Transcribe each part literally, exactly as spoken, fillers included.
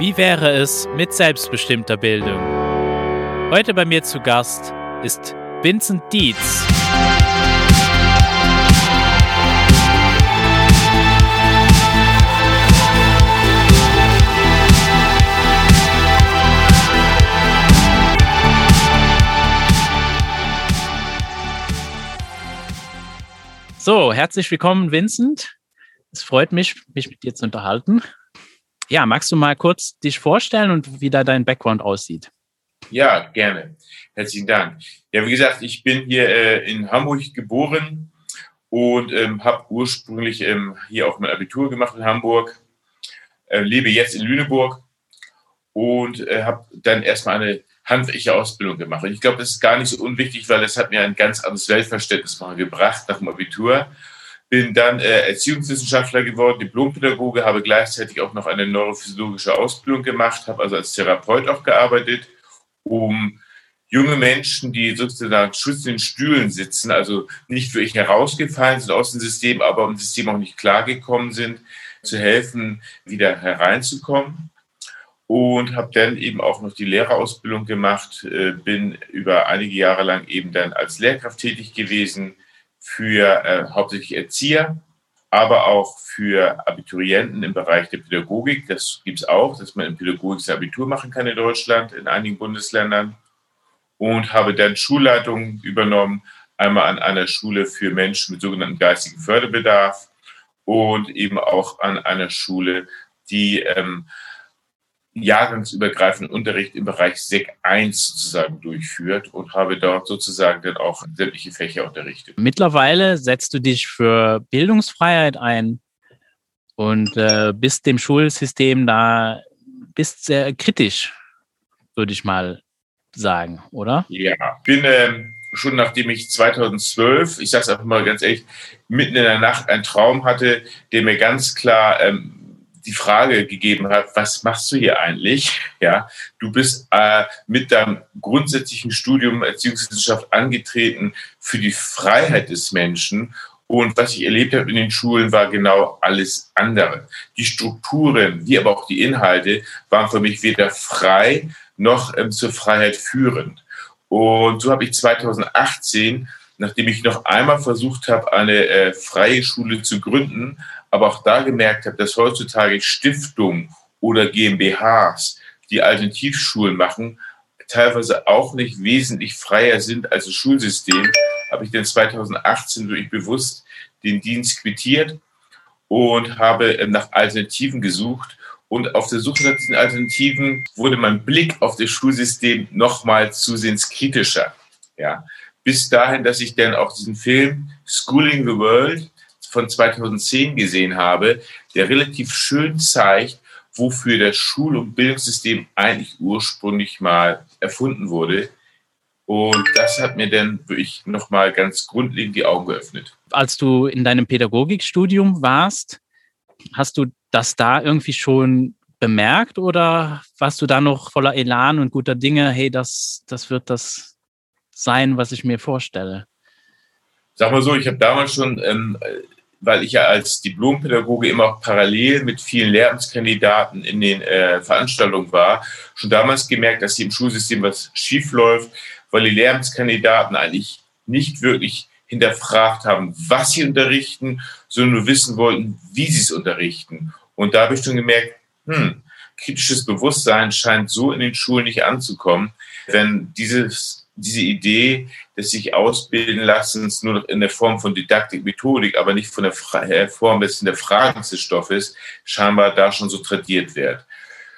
Wie wäre es mit selbstbestimmter Bildung? Heute bei mir zu Gast ist Vincent Dietz. So, herzlich willkommen, Vincent. Es freut mich, mich mit dir zu unterhalten. Ja, magst du mal kurz dich vorstellen und wie da dein Background aussieht? Ja, gerne. Herzlichen Dank. Ja, wie gesagt, ich bin hier äh, in Hamburg geboren und ähm, habe ursprünglich ähm, hier auch mein Abitur gemacht in Hamburg, äh, lebe jetzt in Lüneburg und äh, habe dann erstmal eine handwerkliche Ausbildung gemacht. Und ich glaube, das ist gar nicht so unwichtig, weil das hat mir ein ganz anderes Weltverständnis mal gebracht nach dem Abitur. Bin dann äh, Erziehungswissenschaftler geworden, Diplompädagoge, habe gleichzeitig auch noch eine neurophysiologische Ausbildung gemacht, habe also als Therapeut auch gearbeitet, um junge Menschen, die sozusagen schützenden Stühlen sitzen, also nicht wirklich herausgefallen sind aus dem System, aber im System auch nicht klargekommen sind, zu helfen, wieder hereinzukommen. Und habe dann eben auch noch die Lehrerausbildung gemacht, äh, bin über einige Jahre lang eben dann als Lehrkraft tätig gewesen, für äh, hauptsächlich Erzieher, aber auch für Abiturienten im Bereich der Pädagogik. Das gibt es auch, dass man in Pädagogik sein Abitur machen kann in Deutschland, in einigen Bundesländern. Und habe dann Schulleitungen übernommen, einmal an einer Schule für Menschen mit sogenanntem geistigen Förderbedarf und eben auch an einer Schule, die ähm, jahrgangsübergreifenden Unterricht im Bereich Sek eins sozusagen durchführt und habe dort sozusagen dann auch sämtliche Fächer unterrichtet. Mittlerweile setzt du dich für Bildungsfreiheit ein und äh, bist dem Schulsystem da, bist sehr kritisch, würde ich mal sagen, oder? Ja, bin ähm, schon nachdem ich zweitausendzwölf, ich sage es einfach mal ganz ehrlich, mitten in der Nacht einen Traum hatte, der mir ganz klar ähm, die Frage gegeben hat, was machst du hier eigentlich? Ja, du bist äh, mit deinem grundsätzlichen Studium Erziehungswissenschaft angetreten für die Freiheit des Menschen. Und was ich erlebt habe in den Schulen, war genau alles andere. Die Strukturen, wie aber auch die Inhalte, waren für mich weder frei noch ähm, zur Freiheit führend. Und so habe ich zweitausendachtzehn, nachdem ich noch einmal versucht habe, eine äh, freie Schule zu gründen, aber auch da gemerkt habe, dass heutzutage Stiftungen oder GmbHs, die Alternativschulen machen, teilweise auch nicht wesentlich freier sind als das Schulsystem, habe ich dann zweitausendachtzehn wirklich bewusst den Dienst quittiert und habe nach Alternativen gesucht. Und auf der Suche nach diesen Alternativen wurde mein Blick auf das Schulsystem nochmal zusehends kritischer. Ja. Bis dahin, dass ich dann auch diesen Film Schooling the World von zweitausendzehn gesehen habe, der relativ schön zeigt, wofür das Schul- und Bildungssystem eigentlich ursprünglich mal erfunden wurde. Und das hat mir dann wirklich nochmal ganz grundlegend die Augen geöffnet. Als du in deinem Pädagogikstudium warst, hast du das da irgendwie schon bemerkt oder warst du da noch voller Elan und guter Dinge, hey, das, das wird das sein, was ich mir vorstelle? Sag mal so, ich habe damals schon, ähm, weil ich ja als Diplompädagoge immer auch parallel mit vielen Lehramtskandidaten in den äh, Veranstaltungen war, schon damals gemerkt, dass hier im Schulsystem was schief läuft, weil die Lehramtskandidaten eigentlich nicht wirklich hinterfragt haben, was sie unterrichten, sondern nur wissen wollten, wie sie es unterrichten. Und da habe ich schon gemerkt, hm, kritisches Bewusstsein scheint so in den Schulen nicht anzukommen, wenn dieses diese Idee des sich ausbilden Lassens nur noch in der Form von Didaktik, Methodik, aber nicht von der Fra- Form des, der Fragen des Stoffes, scheinbar da schon so tradiert wird.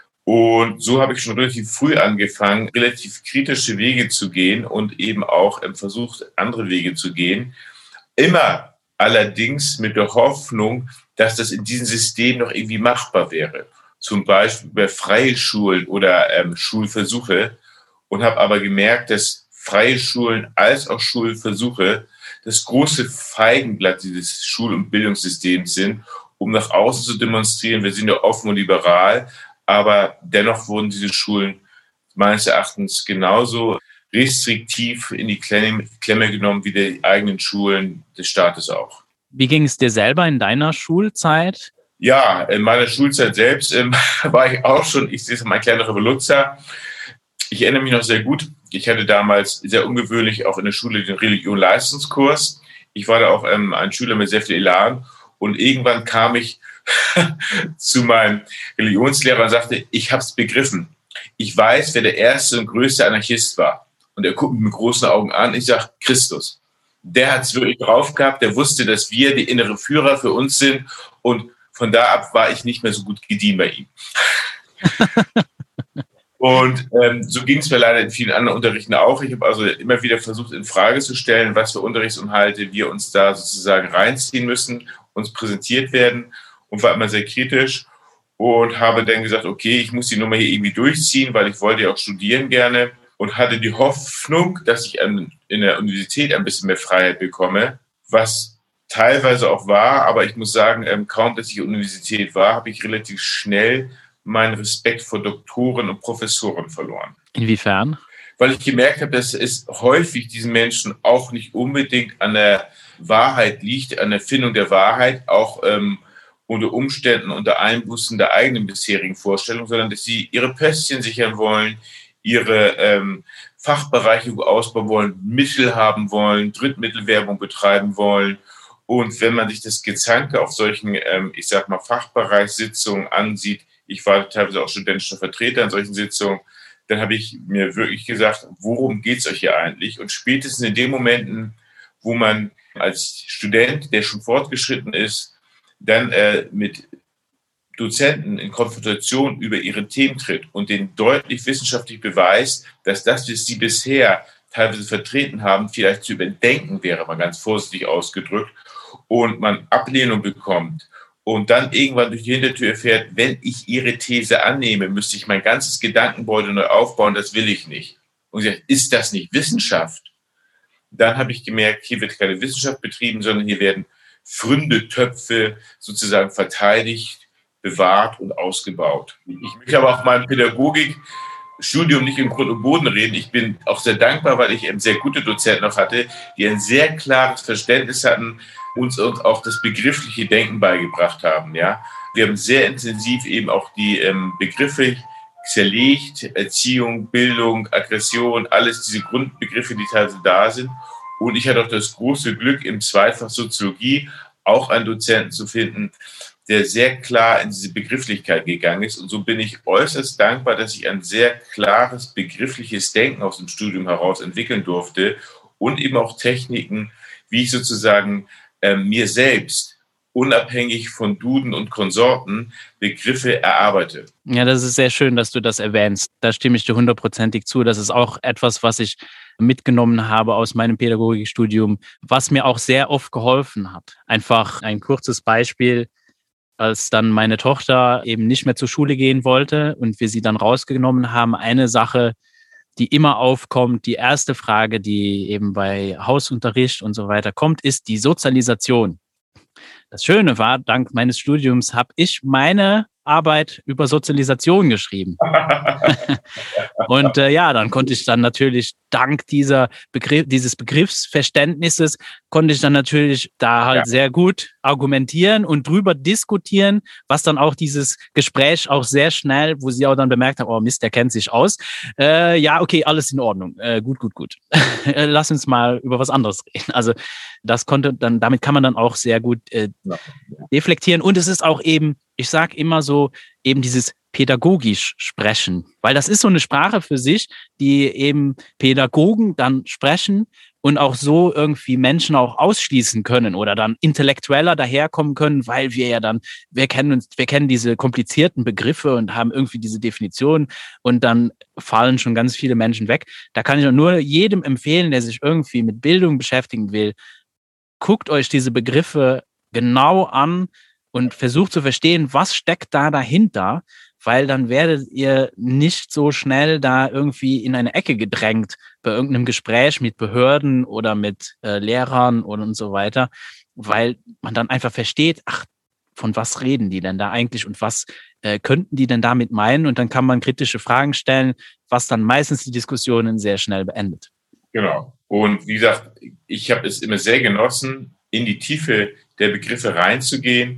Und so habe ich schon relativ früh angefangen, relativ kritische Wege zu gehen und eben auch versucht, andere Wege zu gehen. Immer allerdings mit der Hoffnung, dass das in diesem System noch irgendwie machbar wäre. Zum Beispiel bei freie Schulen oder ähm, Schulversuche. Und habe aber gemerkt, dass freie Schulen als auch Schulversuche das große Feigenblatt dieses Schul- und Bildungssystems sind, um nach außen zu demonstrieren, wir sind ja offen und liberal, aber dennoch wurden diese Schulen meines Erachtens genauso restriktiv in die Klemme, Klemme genommen wie die eigenen Schulen des Staates auch. Wie ging es dir selber in deiner Schulzeit? Ja, in meiner Schulzeit selbst ähm, war ich auch schon, ich sehe es mein kleiner Revoluzer. Ich erinnere mich noch sehr gut. Ich hatte damals sehr ungewöhnlich auch in der Schule den Religion-Leistungskurs. Ich war da auch ähm, ein Schüler mit sehr viel Elan. Und irgendwann kam ich zu meinem Religionslehrer und sagte, ich habe es begriffen. Ich weiß, wer der erste und größte Anarchist war. Und er guckt mich mit großen Augen an. Ich sage, Christus. Der hat es wirklich drauf gehabt. Der wusste, dass wir die innere Führer für uns sind. Und von da ab war ich nicht mehr so gut gedient bei ihm. Und ähm, so ging es mir leider in vielen anderen Unterrichten auch. Ich habe also immer wieder versucht, in Frage zu stellen, was für Unterrichtsinhalte wir uns da sozusagen reinziehen müssen, uns präsentiert werden, und war immer sehr kritisch und habe dann gesagt, okay, ich muss die Nummer hier irgendwie durchziehen, weil ich wollte ja auch studieren gerne und hatte die Hoffnung, dass ich an, in der Universität ein bisschen mehr Freiheit bekomme, was teilweise auch war, aber ich muss sagen, ähm, kaum, dass ich Universität war, habe ich relativ schnell meinen Respekt vor Doktoren und Professoren verloren. Inwiefern? Weil ich gemerkt habe, dass es häufig diesen Menschen auch nicht unbedingt an der Wahrheit liegt, an der Findung der Wahrheit, auch ähm, unter Umständen unter Einbußen der eigenen bisherigen Vorstellung, sondern dass sie ihre Pöstchen sichern wollen, ihre ähm, Fachbereiche ausbauen wollen, Mittel haben wollen, Drittmittelwerbung betreiben wollen. Und wenn man sich das Gezanke auf solchen, ähm, ich sag mal, Fachbereichssitzungen ansieht, ich war teilweise auch studentischer Vertreter in solchen Sitzungen, dann habe ich mir wirklich gesagt, worum geht es euch hier eigentlich? Und spätestens in den Momenten, wo man als Student, der schon fortgeschritten ist, dann äh, mit Dozenten in Konfrontation über ihre Themen tritt und denen deutlich wissenschaftlich beweist, dass das, was sie bisher teilweise vertreten haben, vielleicht zu überdenken wäre, mal ganz vorsichtig ausgedrückt, und man Ablehnung bekommt und dann irgendwann durch die Hintertür erfährt, wenn ich ihre These annehme, müsste ich mein ganzes Gedankengebäude neu aufbauen, das will ich nicht. Und sie sagt, ist das nicht Wissenschaft? Dann habe ich gemerkt, hier wird keine Wissenschaft betrieben, sondern hier werden Fründetöpfe sozusagen verteidigt, bewahrt und ausgebaut. Ich möchte aber auch mein Pädagogikstudium nicht im Grund und Boden reden. Ich bin auch sehr dankbar, weil ich eben sehr gute Dozenten noch hatte, die ein sehr klares Verständnis hatten, uns auch das begriffliche Denken beigebracht haben. Ja, wir haben sehr intensiv eben auch die ähm, Begriffe zerlegt, Erziehung, Bildung, Aggression, alles diese Grundbegriffe, die teilweise da sind. Und ich hatte auch das große Glück, im Zweifach Soziologie auch einen Dozenten zu finden, der sehr klar in diese Begrifflichkeit gegangen ist. Und so bin ich äußerst dankbar, dass ich ein sehr klares begriffliches Denken aus dem Studium heraus entwickeln durfte und eben auch Techniken, wie ich sozusagen äh, mir selbst unabhängig von Duden und Konsorten Begriffe erarbeite. Ja, das ist sehr schön, dass du das erwähnst. Da stimme ich dir hundertprozentig zu. Das ist auch etwas, was ich mitgenommen habe aus meinem Pädagogikstudium, was mir auch sehr oft geholfen hat. Einfach ein kurzes Beispiel. Als dann meine Tochter eben nicht mehr zur Schule gehen wollte und wir sie dann rausgenommen haben, eine Sache, die immer aufkommt, die erste Frage, die eben bei Hausunterricht und so weiter kommt, ist die Sozialisation. Das Schöne war, dank meines Studiums habe ich meine Arbeit über Sozialisation geschrieben. Und äh, ja, dann konnte ich dann natürlich dank dieser Begriff, dieses Begriffsverständnisses konnte ich dann natürlich da halt ja. sehr gut argumentieren und drüber diskutieren, was dann auch dieses Gespräch auch sehr schnell, wo sie auch dann bemerkt haben, oh Mist, der kennt sich aus. Äh, ja, okay, alles in Ordnung. Äh, gut, gut, gut. Lass uns mal über was anderes reden. Also das konnte dann, damit kann man dann auch sehr gut äh, reflektieren. Und es ist auch eben, ich sage immer so, eben dieses pädagogisch sprechen, weil das ist so eine Sprache für sich, die eben Pädagogen dann sprechen und auch so irgendwie Menschen auch ausschließen können oder dann intellektueller daherkommen können, weil wir ja dann, wir kennen uns, wir kennen diese komplizierten Begriffe und haben irgendwie diese Definition und dann fallen schon ganz viele Menschen weg. Da kann ich nur jedem empfehlen, der sich irgendwie mit Bildung beschäftigen will, guckt euch diese Begriffe genau an und versucht zu verstehen, was steckt da dahinter, weil dann werdet ihr nicht so schnell da irgendwie in eine Ecke gedrängt bei irgendeinem Gespräch mit Behörden oder mit äh, Lehrern und so weiter, weil man dann einfach versteht, ach, von was reden die denn da eigentlich und was äh, könnten die denn damit meinen? Und dann kann man kritische Fragen stellen, was dann meistens die Diskussionen sehr schnell beendet. Genau. Und wie gesagt, ich habe es immer sehr genossen, in die Tiefe der Begriffe reinzugehen,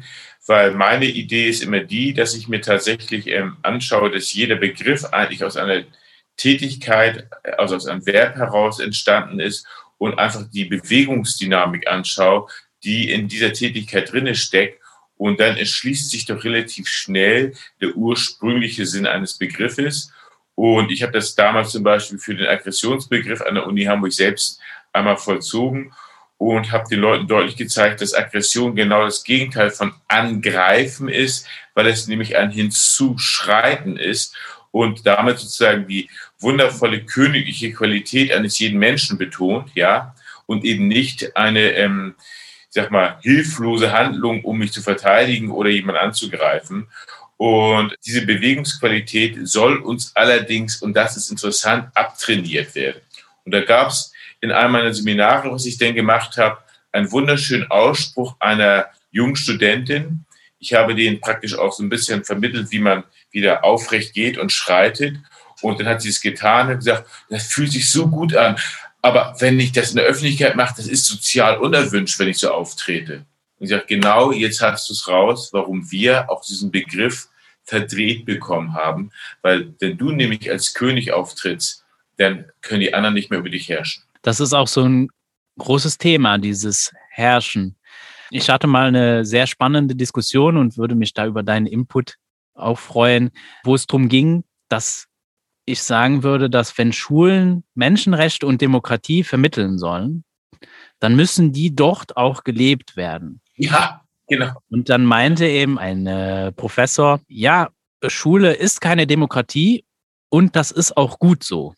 weil meine Idee ist immer die, dass ich mir tatsächlich ähm, anschaue, dass jeder Begriff eigentlich aus einer Tätigkeit, also aus einem Verb heraus entstanden ist und einfach die Bewegungsdynamik anschaue, die in dieser Tätigkeit drinne steckt. Und dann erschließt sich doch relativ schnell der ursprüngliche Sinn eines Begriffes. Und ich habe das damals zum Beispiel für den Aggressionsbegriff an der Uni Hamburg selbst einmal vollzogen und habe den Leuten deutlich gezeigt, dass Aggression genau das Gegenteil von Angreifen ist, weil es nämlich ein Hinzuschreiten ist und damit sozusagen die wundervolle königliche Qualität eines jeden Menschen betont, ja, und eben nicht eine, ähm, ich sag mal, hilflose Handlung, um mich zu verteidigen oder jemanden anzugreifen. Und diese Bewegungsqualität soll uns allerdings, und das ist interessant, abtrainiert werden. Und da gab es in einem meiner Seminare, was ich denn gemacht habe, einen wunderschönen Ausspruch einer jungen Studentin. Ich habe denen praktisch auch so ein bisschen vermittelt, wie man wieder aufrecht geht und schreitet. Und dann hat sie es getan und gesagt, das fühlt sich so gut an. Aber wenn ich das in der Öffentlichkeit mache, das ist sozial unerwünscht, wenn ich so auftrete. Und ich sage, genau, jetzt hast du es raus, warum wir auch diesen Begriff verdreht bekommen haben. Weil wenn du nämlich als König auftrittst, dann können die anderen nicht mehr über dich herrschen. Das ist auch so ein großes Thema, dieses Herrschen. Ich hatte mal eine sehr spannende Diskussion und würde mich da über deinen Input auch freuen, wo es darum ging, dass ich sagen würde, dass wenn Schulen Menschenrechte und Demokratie vermitteln sollen, dann müssen die dort auch gelebt werden. Ja, genau. Und dann meinte eben ein äh, Professor, ja, Schule ist keine Demokratie und das ist auch gut so.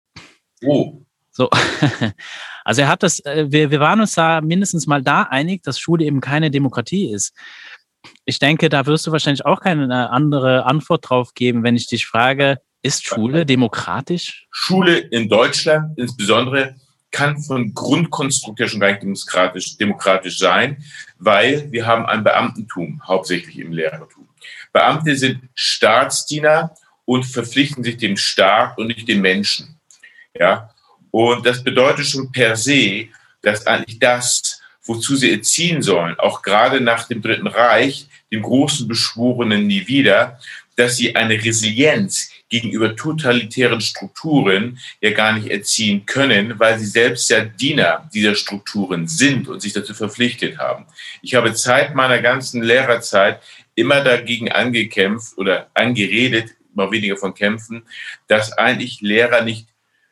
Oh. So, also er hat das, wir, wir waren uns da mindestens mal da einig, dass Schule eben keine Demokratie ist. Ich denke, da wirst du wahrscheinlich auch keine andere Antwort drauf geben, wenn ich dich frage, ist Schule demokratisch? Schule in Deutschland insbesondere kann von Grundkonstrukt her schon gar nicht demokratisch, demokratisch sein, weil wir haben ein Beamtentum, hauptsächlich im Lehrertum. Beamte sind Staatsdiener und verpflichten sich dem Staat und nicht dem Menschen. Ja. Und das bedeutet schon per se, dass eigentlich das, wozu sie erziehen sollen, auch gerade nach dem Dritten Reich, dem großen Beschworenen nie wieder, dass sie eine Resilienz gegenüber totalitären Strukturen ja gar nicht erziehen können, weil sie selbst ja Diener dieser Strukturen sind und sich dazu verpflichtet haben. Ich habe Zeit meiner ganzen Lehrerzeit immer dagegen angekämpft oder angeredet, mal weniger von kämpfen, dass eigentlich Lehrer nicht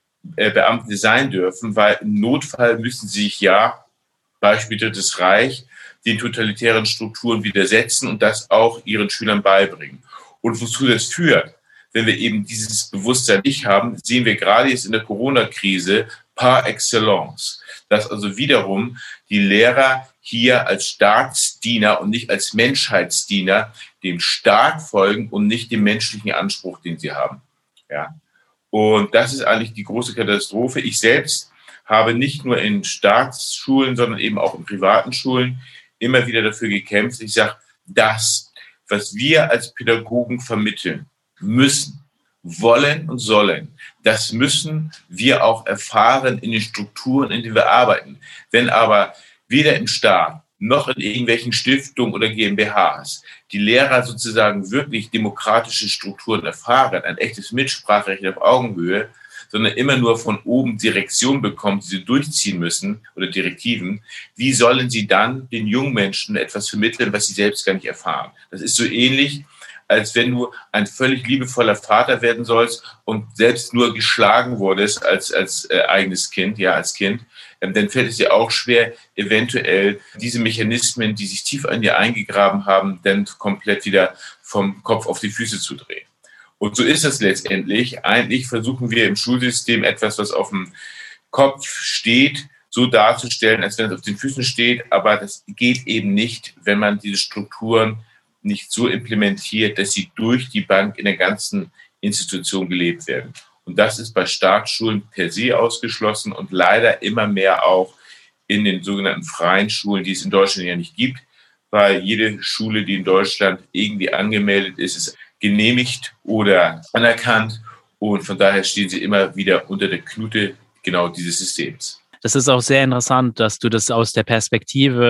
Beamte sein dürfen, weil im Notfall müssen sie sich ja, Beispiel Drittes Reich, den totalitären Strukturen widersetzen und das auch ihren Schülern beibringen. Und wozu das führt, wenn wir eben dieses Bewusstsein nicht haben, sehen wir gerade jetzt in der Corona-Krise par excellence, dass also wiederum die Lehrer hier als Staatsdiener und nicht als Menschheitsdiener dem Staat folgen und nicht dem menschlichen Anspruch, den sie haben. Ja. Und das ist eigentlich die große Katastrophe. Ich selbst habe nicht nur in Staatsschulen, sondern eben auch in privaten Schulen immer wieder dafür gekämpft. Ich sage, das, was wir als Pädagogen vermitteln müssen, wollen und sollen, das müssen wir auch erfahren in den Strukturen, in denen wir arbeiten. Wenn aber weder im Staat noch in irgendwelchen Stiftungen oder GmbHs die Lehrer sozusagen wirklich demokratische Strukturen erfahren, ein echtes Mitspracherecht auf Augenhöhe, sondern immer nur von oben Direktion bekommen, die sie durchziehen müssen oder Direktiven, wie sollen sie dann den jungen Menschen etwas vermitteln, was sie selbst gar nicht erfahren? Das ist so ähnlich, als wenn du ein völlig liebevoller Vater werden sollst und selbst nur geschlagen wurdest als, als äh, eigenes Kind, ja, als Kind, ähm, dann fällt es dir auch schwer, eventuell diese Mechanismen, die sich tief in dir eingegraben haben, dann komplett wieder vom Kopf auf die Füße zu drehen. Und so ist es letztendlich. Eigentlich versuchen wir im Schulsystem etwas, was auf dem Kopf steht, so darzustellen, als wenn es auf den Füßen steht. Aber das geht eben nicht, wenn man diese Strukturen nicht so implementiert, dass sie durch die Bank in der ganzen Institution gelebt werden. Und das ist bei Staatsschulen per se ausgeschlossen und leider immer mehr auch in den sogenannten freien Schulen, die es in Deutschland ja nicht gibt, weil jede Schule, die in Deutschland irgendwie angemeldet ist, ist genehmigt oder anerkannt. Und von daher stehen sie immer wieder unter der Knute genau dieses Systems. Das ist auch sehr interessant, dass du das aus der Perspektive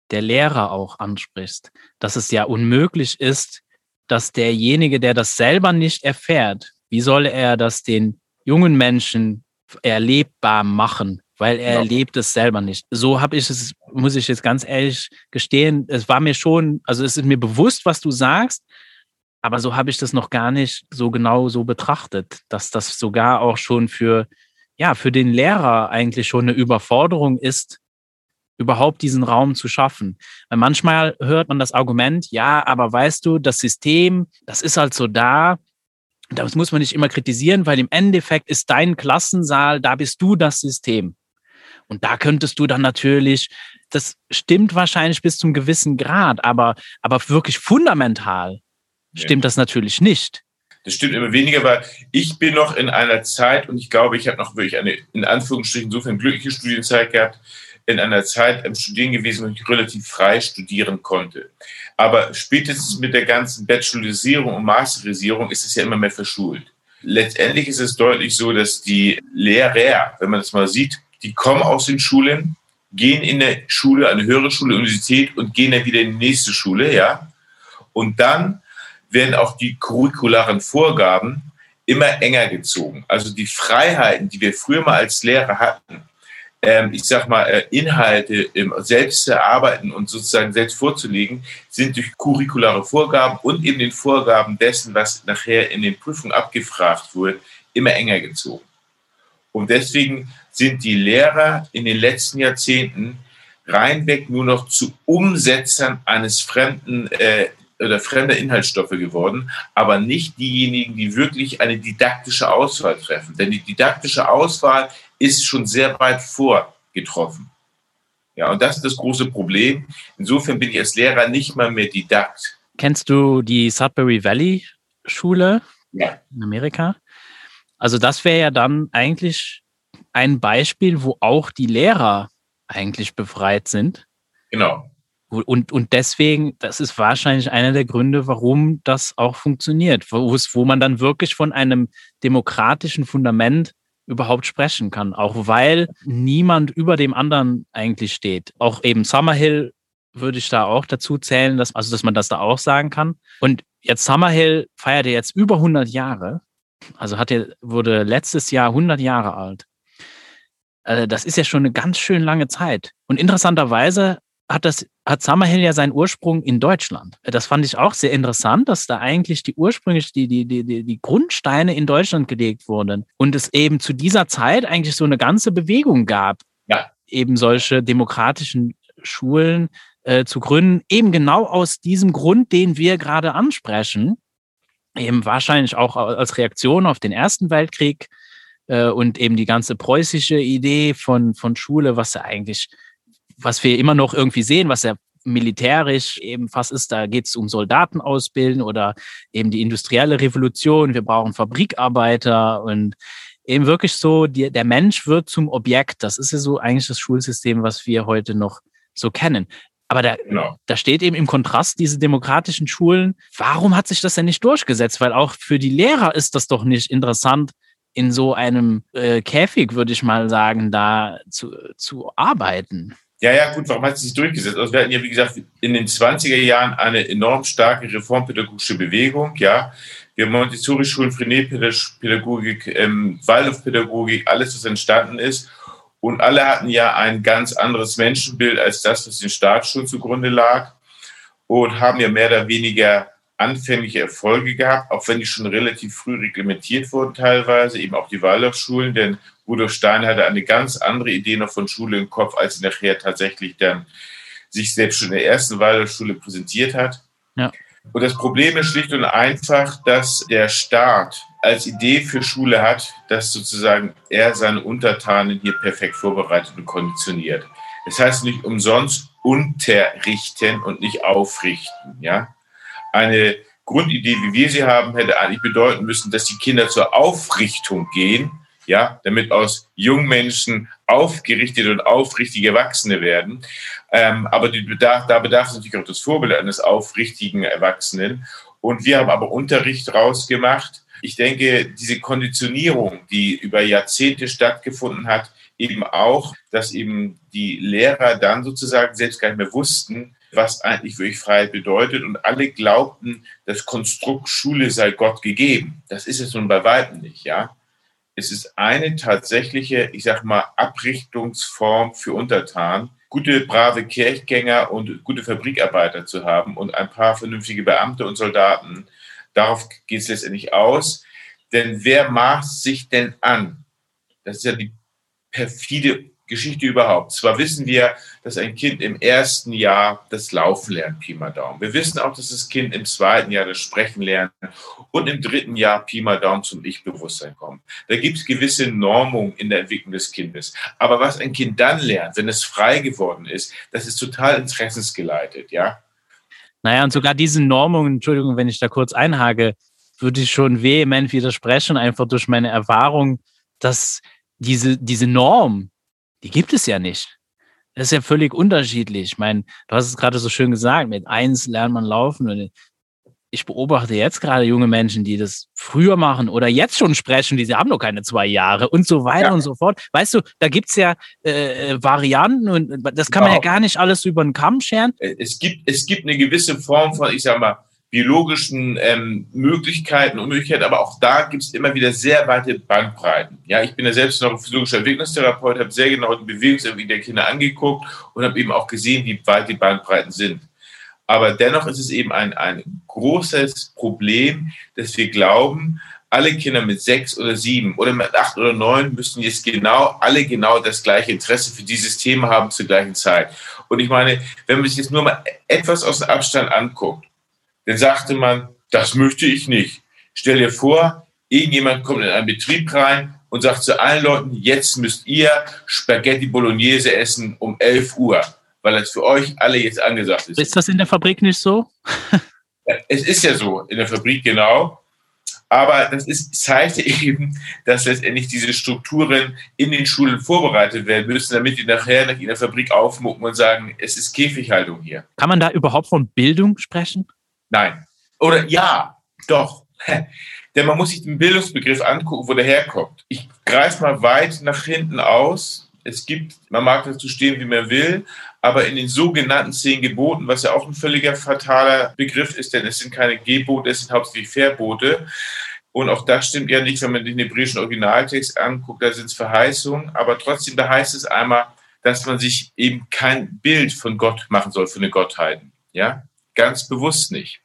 der Lehrer auch ansprichst, dass es ja unmöglich ist, dass derjenige, der das selber nicht erfährt, wie soll er das den jungen Menschen erlebbar machen, weil er Ja. erlebt es selber nicht. So habe ich es, muss ich jetzt ganz ehrlich gestehen, es war mir schon, also es ist mir bewusst, was du sagst, aber so habe ich das noch gar nicht so genau so betrachtet, dass das sogar auch schon für, ja, für den Lehrer eigentlich schon eine Überforderung ist, überhaupt diesen Raum zu schaffen. Weil manchmal hört man das Argument, ja, aber weißt du, das System, das ist halt so da, das muss man nicht immer kritisieren, weil im Endeffekt ist dein Klassensaal, da bist du das System. Und da könntest du dann natürlich, das stimmt wahrscheinlich bis zum gewissen Grad, aber, aber wirklich fundamental stimmt ja. das natürlich nicht. Das stimmt immer weniger, weil ich bin noch in einer Zeit, und ich glaube, ich habe noch wirklich eine, in Anführungsstrichen, insofern glückliche Studienzeit gehabt, in einer Zeit im Studieren gewesen, wo ich relativ frei studieren konnte. Aber spätestens mit der ganzen Bachelorisierung und Masterisierung ist es ja immer mehr verschult. Letztendlich ist es deutlich so, dass die Lehrer, wenn man das mal sieht, die kommen aus den Schulen, gehen in eine Schule, eine höhere Schule, Universität und gehen dann wieder in die nächste Schule, ja. Und dann werden auch die curricularen Vorgaben immer enger gezogen. Also die Freiheiten, die wir früher mal als Lehrer hatten, ähm, ich sag mal, äh, Inhalte ähm, selbst zu erarbeiten und sozusagen selbst vorzulegen, sind durch curriculare Vorgaben und eben den Vorgaben dessen, was nachher in den Prüfungen abgefragt wurde, immer enger gezogen. Und deswegen sind die Lehrer in den letzten Jahrzehnten reinweg nur noch zu Umsetzern eines fremden äh, oder fremder Inhaltsstoffe geworden, aber nicht diejenigen, die wirklich eine didaktische Auswahl treffen. Denn die didaktische Auswahl ist schon sehr weit vorgetroffen. Ja, und das ist das große Problem. Insofern bin ich als Lehrer nicht mal mehr Didakt. Kennst du die Sudbury Valley Schule ja. in Amerika? Also das wäre ja dann eigentlich ein Beispiel, wo auch die Lehrer eigentlich befreit sind. Genau. Und, und deswegen, das ist wahrscheinlich einer der Gründe, warum das auch funktioniert, wo, es, wo man dann wirklich von einem demokratischen Fundament überhaupt sprechen kann, auch weil niemand über dem anderen eigentlich steht. Auch eben Summerhill würde ich da auch dazu zählen, dass, also dass man das da auch sagen kann. Und jetzt Summerhill feiert ja jetzt über hundert Jahre, also hat er, wurde letztes Jahr hundert Jahre alt. Also das ist ja schon eine ganz schön lange Zeit. Und interessanterweise hat das hat Summerhill ja seinen Ursprung in Deutschland. Das fand ich auch sehr interessant, dass da eigentlich die ursprünglich die, die, die, die Grundsteine in Deutschland gelegt wurden. Und es eben zu dieser Zeit eigentlich so eine ganze Bewegung gab, ja. eben solche demokratischen Schulen äh, zu gründen, eben genau aus diesem Grund, den wir gerade ansprechen. Eben wahrscheinlich auch als Reaktion auf den Ersten Weltkrieg äh, und eben die ganze preußische Idee von, von Schule, was ja eigentlich was wir immer noch irgendwie sehen, was ja militärisch eben fast ist, da geht es um Soldaten ausbilden oder eben die industrielle Revolution, wir brauchen Fabrikarbeiter und eben wirklich so, die, der Mensch wird zum Objekt. Das ist ja so eigentlich das Schulsystem, was wir heute noch so kennen. Aber da, genau. da steht eben im Kontrast diese demokratischen Schulen. Warum hat sich das denn nicht durchgesetzt? Weil auch für die Lehrer ist das doch nicht interessant, in so einem äh, Käfig, würde ich mal sagen, da zu, zu arbeiten. Ja, ja, gut, warum hat es sich durchgesetzt? Also wir hatten ja, wie gesagt, in den zwanziger Jahren eine enorm starke reformpädagogische Bewegung, ja. Wir haben Montessori-Schulen, Frenet-Pädagogik, ähm, Waldorfpädagogik, alles, was entstanden ist. Und alle hatten ja ein ganz anderes Menschenbild als das, was den Staatsschulen zugrunde lag. Und haben ja mehr oder weniger anfängliche Erfolge gehabt, auch wenn die schon relativ früh reglementiert wurden teilweise, eben auch die Waldorfschulen, denn Rudolf Steiner hatte eine ganz andere Idee noch von Schule im Kopf, als sie nachher tatsächlich dann sich selbst schon in der ersten Waldorfschule präsentiert hat. Ja. Und das Problem ist schlicht und einfach, dass der Staat als Idee für Schule hat, dass sozusagen er seine Untertanen hier perfekt vorbereitet und konditioniert. Das heißt nicht umsonst unterrichten und nicht aufrichten, ja. Eine Grundidee, wie wir sie haben, hätte eigentlich bedeuten müssen, dass die Kinder zur Aufrichtung gehen, ja, damit aus jungen Menschen aufgerichtete und aufrichtige Erwachsene werden. Ähm, aber die bedarf, da bedarf es natürlich auch das Vorbild eines aufrichtigen Erwachsenen. Und wir haben aber Unterricht rausgemacht. Ich denke, diese Konditionierung, die über Jahrzehnte stattgefunden hat, eben auch, dass eben die Lehrer dann sozusagen selbst gar nicht mehr wussten, was eigentlich wirklich Freiheit bedeutet. Und alle glaubten, das Konstrukt Schule sei Gott gegeben. Das ist es nun bei weitem nicht, ja. Es ist eine tatsächliche, ich sag mal, Abrichtungsform für Untertanen, gute, brave Kirchgänger und gute Fabrikarbeiter zu haben und ein paar vernünftige Beamte und Soldaten. Darauf geht es letztendlich aus. Denn wer maßt sich denn an? Das ist ja die perfide Geschichte überhaupt. Zwar wissen wir, dass ein Kind im ersten Jahr das Laufen lernt, Pi mal Daumen. Wir wissen auch, dass das Kind im zweiten Jahr das Sprechen lernt und im dritten Jahr Pi mal Daumen zum Ich-Bewusstsein kommt. Da gibt es gewisse Normungen in der Entwicklung des Kindes. Aber was ein Kind dann lernt, wenn es frei geworden ist, das ist total interessensgeleitet, ja. Naja, und sogar diese Normungen, Entschuldigung, wenn ich da kurz einhake, würde ich schon vehement widersprechen, einfach durch meine Erfahrung, dass diese, diese Norm, die gibt es ja nicht. Das ist ja völlig unterschiedlich. Ich meine, du hast es gerade so schön gesagt, mit eins lernt man laufen. Und ich beobachte jetzt gerade junge Menschen, die das früher machen oder jetzt schon sprechen, die haben noch keine zwei Jahre und so weiter ja. und so fort. Weißt du, da gibt's ja äh, Varianten und das kann man ja gar nicht alles über den Kamm scheren. Es gibt, es gibt eine gewisse Form von, ich sag mal, biologischen ähm, Möglichkeiten und Möglichkeiten, aber auch da gibt es immer wieder sehr weite Bandbreiten. Ja, ich bin ja selbst noch ein physiologischer Entwicklungstherapeut, habe sehr genau die Bewegungsentwicklung der Kinder angeguckt und habe eben auch gesehen, wie weit die Bandbreiten sind. Aber dennoch ist es eben ein, ein großes Problem, dass wir glauben, alle Kinder mit sechs oder sieben oder mit acht oder neun müssen jetzt genau, alle genau das gleiche Interesse für dieses Thema haben zur gleichen Zeit. Und ich meine, wenn man sich jetzt nur mal etwas aus dem Abstand anguckt, dann sagte man, das möchte ich nicht. Stell dir vor, irgendjemand kommt in einen Betrieb rein und sagt zu allen Leuten, jetzt müsst ihr Spaghetti Bolognese essen um elf Uhr, weil das für euch alle jetzt angesagt ist. Ist das in der Fabrik nicht so? Ja, es ist ja so, in der Fabrik genau. Aber das ist, zeigt eben, dass letztendlich diese Strukturen in den Schulen vorbereitet werden müssen, damit die nachher in der Fabrik aufmucken und sagen, es ist Käfighaltung hier. Kann man da überhaupt von Bildung sprechen? Nein. Oder ja, doch. Denn man muss sich den Bildungsbegriff angucken, wo der herkommt. Ich greife mal weit nach hinten aus. Es gibt, man mag dazu stehen, wie man will, aber in den sogenannten zehn Geboten, was ja auch ein völliger fataler Begriff ist, denn es sind keine Gebote, es sind hauptsächlich Verbote. Und auch das stimmt ja nicht, wenn man den hebräischen Originaltext anguckt, da sind es Verheißungen. Aber trotzdem, da heißt es einmal, dass man sich eben kein Bild von Gott machen soll, von den Gottheiten. Ja? Ganz bewusst nicht.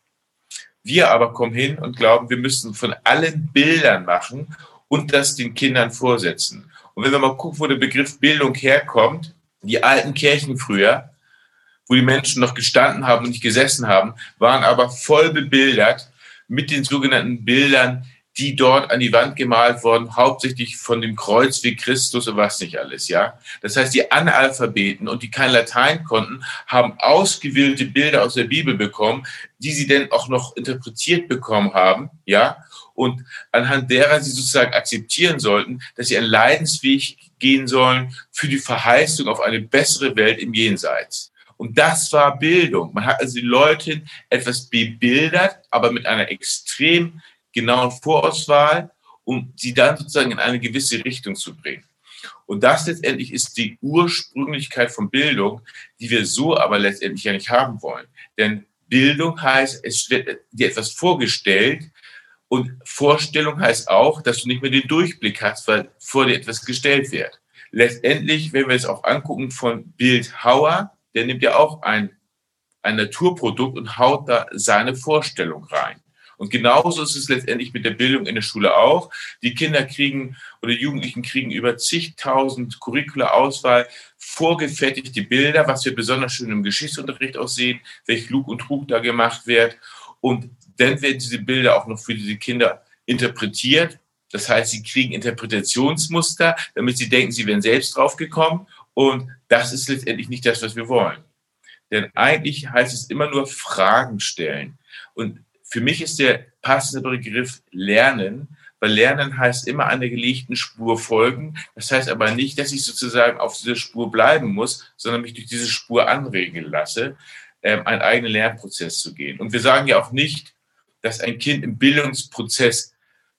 Wir aber kommen hin und glauben, wir müssen von allen Bildern machen und das den Kindern vorsetzen. Und wenn wir mal gucken, wo der Begriff Bildung herkommt, die alten Kirchen früher, wo die Menschen noch gestanden haben und nicht gesessen haben, waren aber voll bebildert mit den sogenannten Bildern, die dort an die Wand gemalt wurden, hauptsächlich von dem Kreuz wie Christus und was nicht alles, ja. Das heißt, die Analphabeten und die kein Latein konnten, haben ausgewählte Bilder aus der Bibel bekommen, die sie dann auch noch interpretiert bekommen haben, ja. Und anhand derer sie sozusagen akzeptieren sollten, dass sie einen Leidensweg gehen sollen für die Verheißung auf eine bessere Welt im Jenseits. Und das war Bildung. Man hat also die Leute etwas bebildert, aber mit einer extrem genauen Vorauswahl, um sie dann sozusagen in eine gewisse Richtung zu bringen. Und das letztendlich ist die Ursprünglichkeit von Bildung, die wir so aber letztendlich ja nicht haben wollen. Denn Bildung heißt, es wird dir etwas vorgestellt und Vorstellung heißt auch, dass du nicht mehr den Durchblick hast, weil vor dir etwas gestellt wird. Letztendlich, wenn wir es auch angucken von Bildhauer, der nimmt ja auch ein, ein Naturprodukt und haut da seine Vorstellung rein. Und genauso ist es letztendlich mit der Bildung in der Schule auch. Die Kinder kriegen oder Jugendlichen kriegen über zigtausend Curricula-Auswahl, vorgefertigte Bilder, was wir besonders schön im Geschichtsunterricht auch sehen, welch Lug und Trug da gemacht wird. Und dann werden diese Bilder auch noch für diese Kinder interpretiert. Das heißt, sie kriegen Interpretationsmuster, damit sie denken, sie wären selbst draufgekommen. Und das ist letztendlich nicht das, was wir wollen. Denn eigentlich heißt es immer nur Fragen stellen. Und für mich ist der passende Begriff Lernen, weil Lernen heißt immer einer gelegten Spur folgen. Das heißt aber nicht, dass ich sozusagen auf dieser Spur bleiben muss, sondern mich durch diese Spur anregen lasse, ähm, einen eigenen Lernprozess zu gehen. Und wir sagen ja auch nicht, dass ein Kind im Bildungsprozess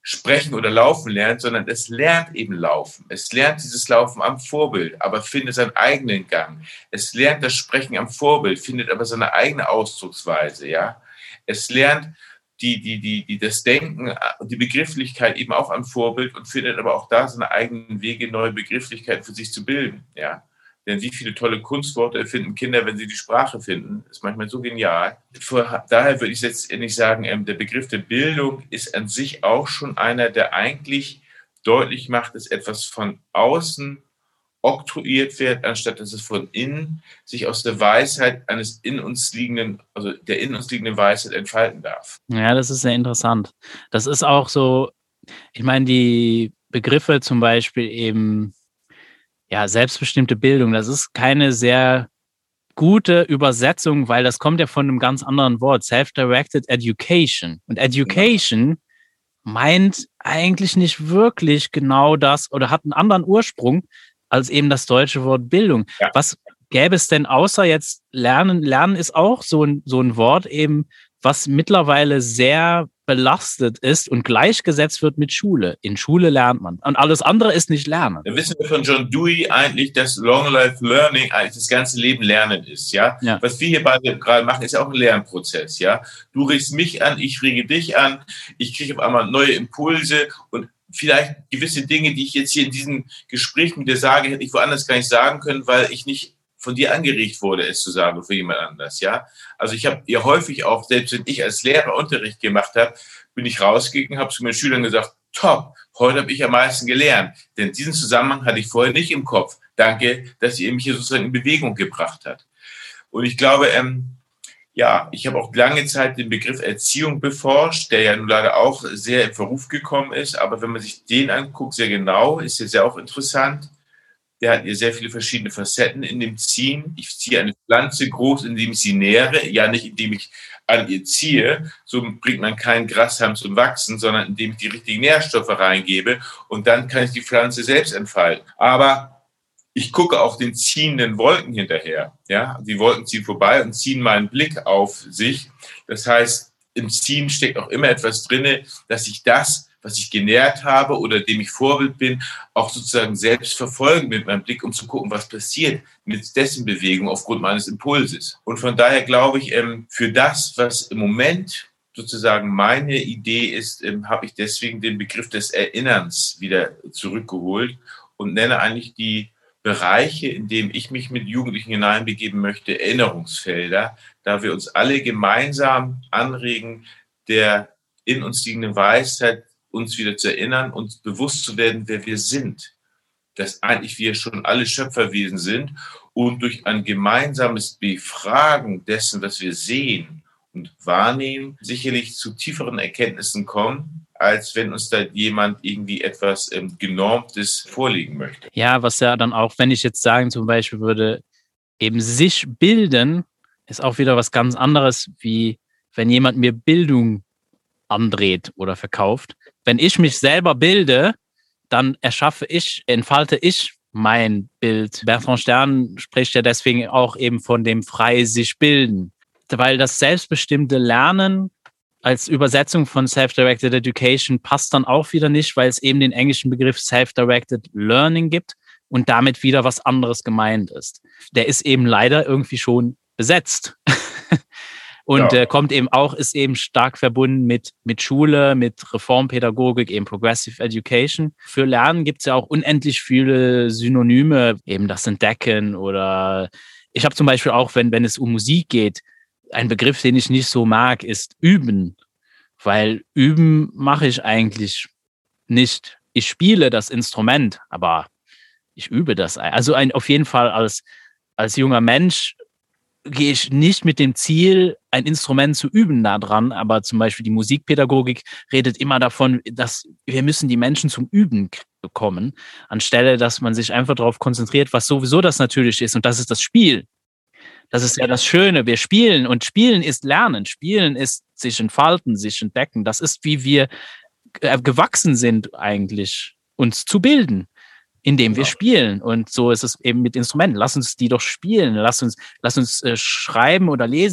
sprechen oder laufen lernt, sondern es lernt eben Laufen. Es lernt dieses Laufen am Vorbild, aber findet seinen eigenen Gang. Es lernt das Sprechen am Vorbild, findet aber seine eigene Ausdrucksweise, ja. Es lernt die, die, die, die, das Denken und die Begrifflichkeit eben auch am Vorbild und findet aber auch da seine eigenen Wege, neue Begrifflichkeiten für sich zu bilden, ja. Denn wie viele tolle Kunstworte erfinden Kinder, wenn sie die Sprache finden, ist manchmal so genial. Vor, daher würde ich letztendlich sagen, der Begriff der Bildung ist an sich auch schon einer, der eigentlich deutlich macht, dass etwas von außen oktroyiert wird, anstatt dass es von innen sich aus der Weisheit eines in uns liegenden, also der in uns liegenden Weisheit entfalten darf. Ja, das ist sehr interessant. Das ist auch so, ich meine, die Begriffe zum Beispiel eben, ja, selbstbestimmte Bildung, das ist keine sehr gute Übersetzung, weil das kommt ja von einem ganz anderen Wort, Self-Directed Education. Und Education meint eigentlich nicht wirklich genau das oder hat einen anderen Ursprung als eben das deutsche Wort Bildung. Ja. Was gäbe es denn außer jetzt Lernen? Lernen ist auch so ein, so ein Wort eben, was mittlerweile sehr belastet ist und gleichgesetzt wird mit Schule. In Schule lernt man. Und alles andere ist nicht Lernen. Da wissen wir von John Dewey eigentlich, dass Long Life Learning eigentlich das ganze Leben Lernen ist. Ja? Ja. Was wir hier beide gerade machen, ist ja auch ein Lernprozess. Ja? Du regst mich an, ich rege dich an, ich kriege auf einmal neue Impulse und vielleicht gewisse Dinge, die ich jetzt hier in diesem Gespräch mit dir sage, hätte ich woanders gar nicht sagen können, weil ich nicht von dir angeregt wurde, es zu sagen für jemand anders, ja. Also ich habe ja häufig auch, selbst wenn ich als Lehrer Unterricht gemacht habe, bin ich rausgegangen, habe zu meinen Schülern gesagt, top, heute habe ich am meisten gelernt, denn diesen Zusammenhang hatte ich vorher nicht im Kopf. Danke, dass ihr mich hier sozusagen in Bewegung gebracht habt. Und ich glaube, ähm, ja, ich habe auch lange Zeit den Begriff Erziehung beforscht, der ja nun leider auch sehr in Verruf gekommen ist, aber wenn man sich den anguckt, sehr genau, ist jetzt ja auch interessant. Der hat hier sehr viele verschiedene Facetten in dem Ziehen. Ich ziehe eine Pflanze groß, indem ich sie nähere, ja nicht indem ich an ihr ziehe. So bringt man keinen Grashalm zum Wachsen, sondern indem ich die richtigen Nährstoffe reingebe und dann kann ich die Pflanze selbst entfalten. Aber ich gucke auch den ziehenden Wolken hinterher. Ja, die Wolken ziehen vorbei und ziehen meinen Blick auf sich. Das heißt, im Ziehen steckt auch immer etwas drin, dass ich das, was ich genährt habe oder dem ich Vorbild bin, auch sozusagen selbst verfolgen mit meinem Blick, um zu gucken, was passiert mit dessen Bewegung aufgrund meines Impulses. Und von daher glaube ich, für das, was im Moment sozusagen meine Idee ist, habe ich deswegen den Begriff des Erinnerns wieder zurückgeholt und nenne eigentlich die Bereiche, in denen ich mich mit Jugendlichen hineinbegeben möchte, Erinnerungsfelder, da wir uns alle gemeinsam anregen, der in uns liegenden Weisheit uns wieder zu erinnern, uns bewusst zu werden, wer wir sind. Dass eigentlich wir schon alle Schöpferwesen sind und durch ein gemeinsames Befragen dessen, was wir sehen und wahrnehmen, sicherlich zu tieferen Erkenntnissen kommen, als wenn uns da jemand irgendwie etwas ähm, Genormtes vorlegen möchte. Ja, was ja dann auch, wenn ich jetzt sagen zum Beispiel würde, eben sich bilden, ist auch wieder was ganz anderes, wie wenn jemand mir Bildung andreht oder verkauft. Wenn ich mich selber bilde, dann erschaffe ich, entfalte ich mein Bild. Bertrand Stern spricht ja deswegen auch eben von dem frei sich bilden, weil das selbstbestimmte Lernen als Übersetzung von Self-Directed Education passt dann auch wieder nicht, weil es eben den englischen Begriff Self-Directed Learning gibt und damit wieder was anderes gemeint ist. Der ist eben leider irgendwie schon besetzt. Und ja. äh, kommt eben auch, ist eben stark verbunden mit, mit Schule, mit Reformpädagogik, eben Progressive Education. Für Lernen gibt es ja auch unendlich viele Synonyme, eben das Entdecken oder ich habe zum Beispiel auch, wenn, wenn es um Musik geht, ein Begriff, den ich nicht so mag, ist Üben. Weil Üben mache ich eigentlich nicht. Ich spiele das Instrument, aber ich übe das. Also ein, auf jeden Fall als, als junger Mensch gehe ich nicht mit dem Ziel, ein Instrument zu üben da dran, aber zum Beispiel die Musikpädagogik redet immer davon, dass wir müssen die Menschen zum Üben bekommen, anstelle, dass man sich einfach darauf konzentriert, was sowieso das natürlich ist und das ist das Spiel. Das ist ja das Schöne, wir spielen und Spielen ist Lernen, Spielen ist sich entfalten, sich entdecken, das ist, wie wir gewachsen sind eigentlich, uns zu bilden. Indem wir spielen. Und so ist es eben mit Instrumenten. Lass uns die doch spielen. Lass uns, lass uns äh, schreiben oder lesen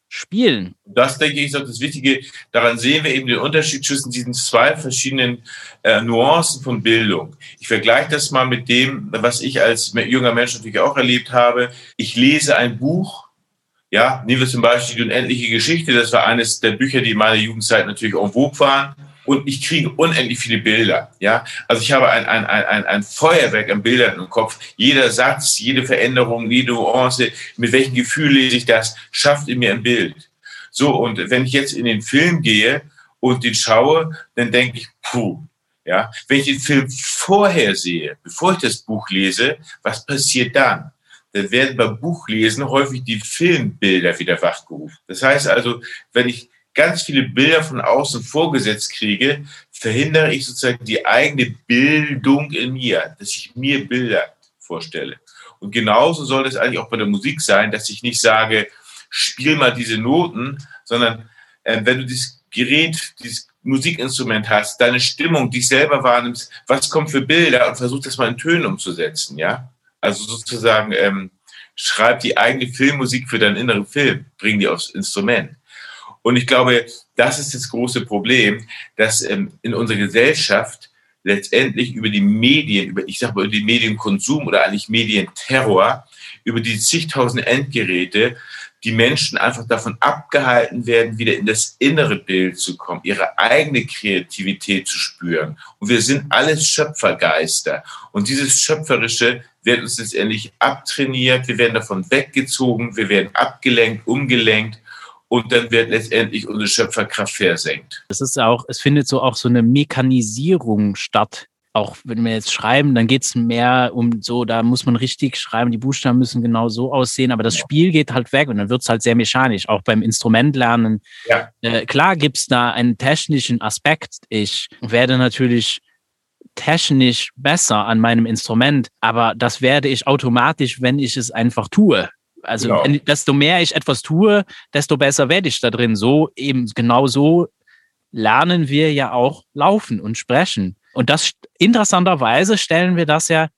spielen. Das, denke ich, ist auch das Wichtige. Daran sehen wir eben den Unterschied zwischen diesen zwei verschiedenen äh, Nuancen von Bildung. Ich vergleiche das mal mit dem, was ich als junger Mensch natürlich auch erlebt habe. Ich lese ein Buch, ja, nehmen wir zum Beispiel die unendliche Geschichte. Das war eines der Bücher, die in meiner Jugendzeit natürlich en vogue waren. Und ich kriege unendlich viele Bilder. Ja, also ich habe ein, ein, ein, ein Feuerwerk an Bildern im Kopf. Jeder Satz, jede Veränderung, jede Nuance, mit welchem Gefühl lese ich das, schafft in mir ein Bild. So, und wenn ich jetzt in den Film gehe und den schaue, dann denke ich, puh, ja, wenn ich den Film vorher sehe, bevor ich das Buch lese, was passiert dann? Dann werden beim Buchlesen häufig die Filmbilder wieder wachgerufen. Das heißt also, wenn ich ganz viele Bilder von außen vorgesetzt kriege, verhindere ich sozusagen die eigene Bildung in mir, dass ich mir Bilder vorstelle. Und genauso soll es eigentlich auch bei der Musik sein, dass ich nicht sage, spiel mal diese Noten, sondern äh, wenn du dieses Gerät, dieses Musikinstrument hast, deine Stimmung, dich selber wahrnimmst, was kommt für Bilder und versuch das mal in Tönen umzusetzen, ja? Also sozusagen ähm, schreib die eigene Filmmusik für deinen inneren Film, bring die aufs Instrument. Und ich glaube, das ist das große Problem, dass ähm, in unserer Gesellschaft letztendlich über die Medien, über, ich sage mal, über den Medienkonsum oder eigentlich Medienterror, über die zigtausend Endgeräte, die Menschen einfach davon abgehalten werden, wieder in das innere Bild zu kommen, ihre eigene Kreativität zu spüren. Und wir sind alles Schöpfergeister. Und dieses Schöpferische wird uns letztendlich abtrainiert, wir werden davon weggezogen, wir werden abgelenkt, umgelenkt. Und dann wird letztendlich unsere Schöpferkraft versenkt. Es ist auch, es findet so auch so eine Mechanisierung statt. Auch wenn wir jetzt schreiben, dann geht es mehr um so, da muss man richtig schreiben, die Buchstaben müssen genau so aussehen, aber das ja. Spiel geht halt weg und dann wird es halt sehr mechanisch, auch beim Instrumentlernen. Ja. Äh, klar gibt es da einen technischen Aspekt. Ich werde natürlich technisch besser an meinem Instrument, aber das werde ich automatisch, wenn ich es einfach tue. Also genau. wenn, desto mehr ich etwas tue, desto besser werde ich da drin. So eben genau so lernen wir ja auch laufen und sprechen. Und das interessanterweise stellen wir das ja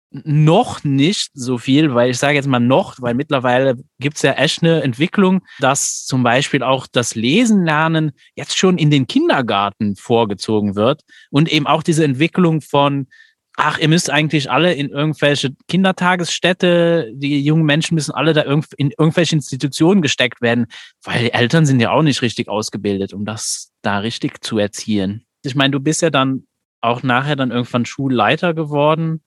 noch nicht so viel, weil ich sage jetzt mal noch, weil mittlerweile gibt es ja echt eine Entwicklung, dass zum Beispiel auch das Lesen lernen jetzt schon in den Kindergarten vorgezogen wird und eben auch diese Entwicklung von ach, ihr müsst eigentlich alle in irgendwelche Kindertagesstätte, die jungen Menschen müssen alle da in irgendwelche Institutionen gesteckt werden, weil die Eltern sind ja auch nicht richtig ausgebildet, um das da richtig zu erziehen. Ich meine, du bist ja dann auch nachher dann irgendwann Schulleiter geworden.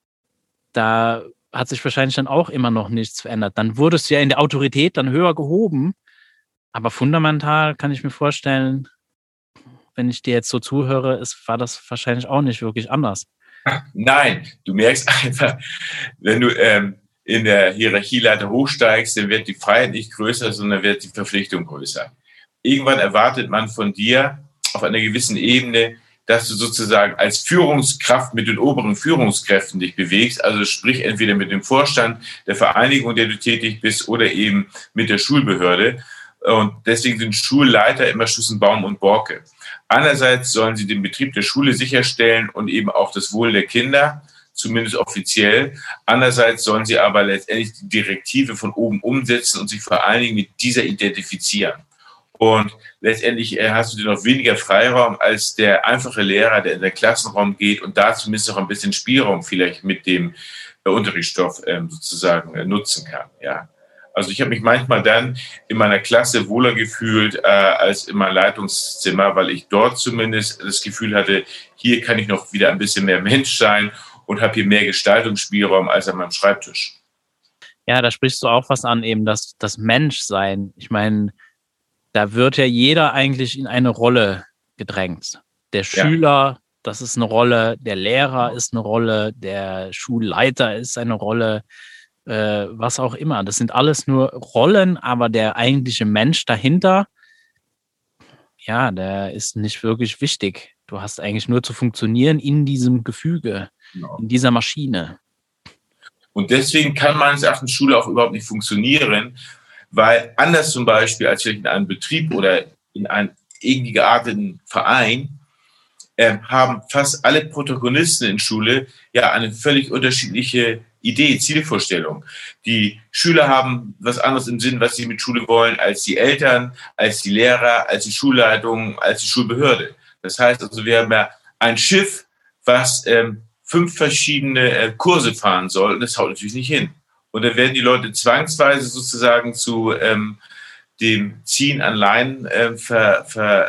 Da hat sich wahrscheinlich dann auch immer noch nichts verändert. Dann wurdest du ja in der Autorität dann höher gehoben, aber fundamental kann ich mir vorstellen, wenn ich dir jetzt so zuhöre, ist, war das wahrscheinlich auch nicht wirklich anders. Nein, du merkst einfach, wenn du ähm, in der Hierarchieleiter hochsteigst, dann wird die Freiheit nicht größer, sondern wird die Verpflichtung größer. Irgendwann erwartet man von dir auf einer gewissen Ebene, dass du sozusagen als Führungskraft mit den oberen Führungskräften dich bewegst, also sprich entweder mit dem Vorstand der Vereinigung, in der du tätig bist, oder eben mit der Schulbehörde. Und deswegen sind Schulleiter immer Schüssenbaum und Borke. Einerseits sollen sie den Betrieb der Schule sicherstellen und eben auch das Wohl der Kinder, zumindest offiziell. Andererseits sollen sie aber letztendlich die Direktive von oben umsetzen und sich vor allen Dingen mit dieser identifizieren. Und letztendlich hast du dir noch weniger Freiraum als der einfache Lehrer, der in den Klassenraum geht und da zumindest noch ein bisschen Spielraum vielleicht mit dem Unterrichtsstoff sozusagen nutzen kann, ja. Also ich habe mich manchmal dann in meiner Klasse wohler gefühlt äh, als in meinem Leitungszimmer, weil ich dort zumindest das Gefühl hatte, hier kann ich noch wieder ein bisschen mehr Mensch sein und habe hier mehr Gestaltungsspielraum als an meinem Schreibtisch. Ja, da sprichst du auch was an, eben das, das Menschsein. Ich meine, da wird ja jeder eigentlich in eine Rolle gedrängt. Der Schüler, ja. Das ist eine Rolle, der Lehrer ist eine Rolle, der Schulleiter ist eine Rolle, Äh, was auch immer. Das sind alles nur Rollen, aber der eigentliche Mensch dahinter, ja, der ist nicht wirklich wichtig. Du hast eigentlich nur zu funktionieren in diesem Gefüge, genau. In dieser Maschine. Und deswegen kann meines Erachtens Schule auch überhaupt nicht funktionieren, weil anders zum Beispiel als vielleicht in einem Betrieb oder in einem irgendwie gearteten Verein äh, haben fast alle Protagonisten in Schule ja eine völlig unterschiedliche Idee, Zielvorstellung. Die Schüler haben was anderes im Sinn, was sie mit Schule wollen, als die Eltern, als die Lehrer, als die Schulleitung, als die Schulbehörde. Das heißt also, wir haben ja ein Schiff, was ähm, fünf verschiedene äh, Kurse fahren soll. Und das haut natürlich nicht hin. Und dann werden die Leute zwangsweise sozusagen zu ähm, dem Ziehen an Leinen äh, verdonnert,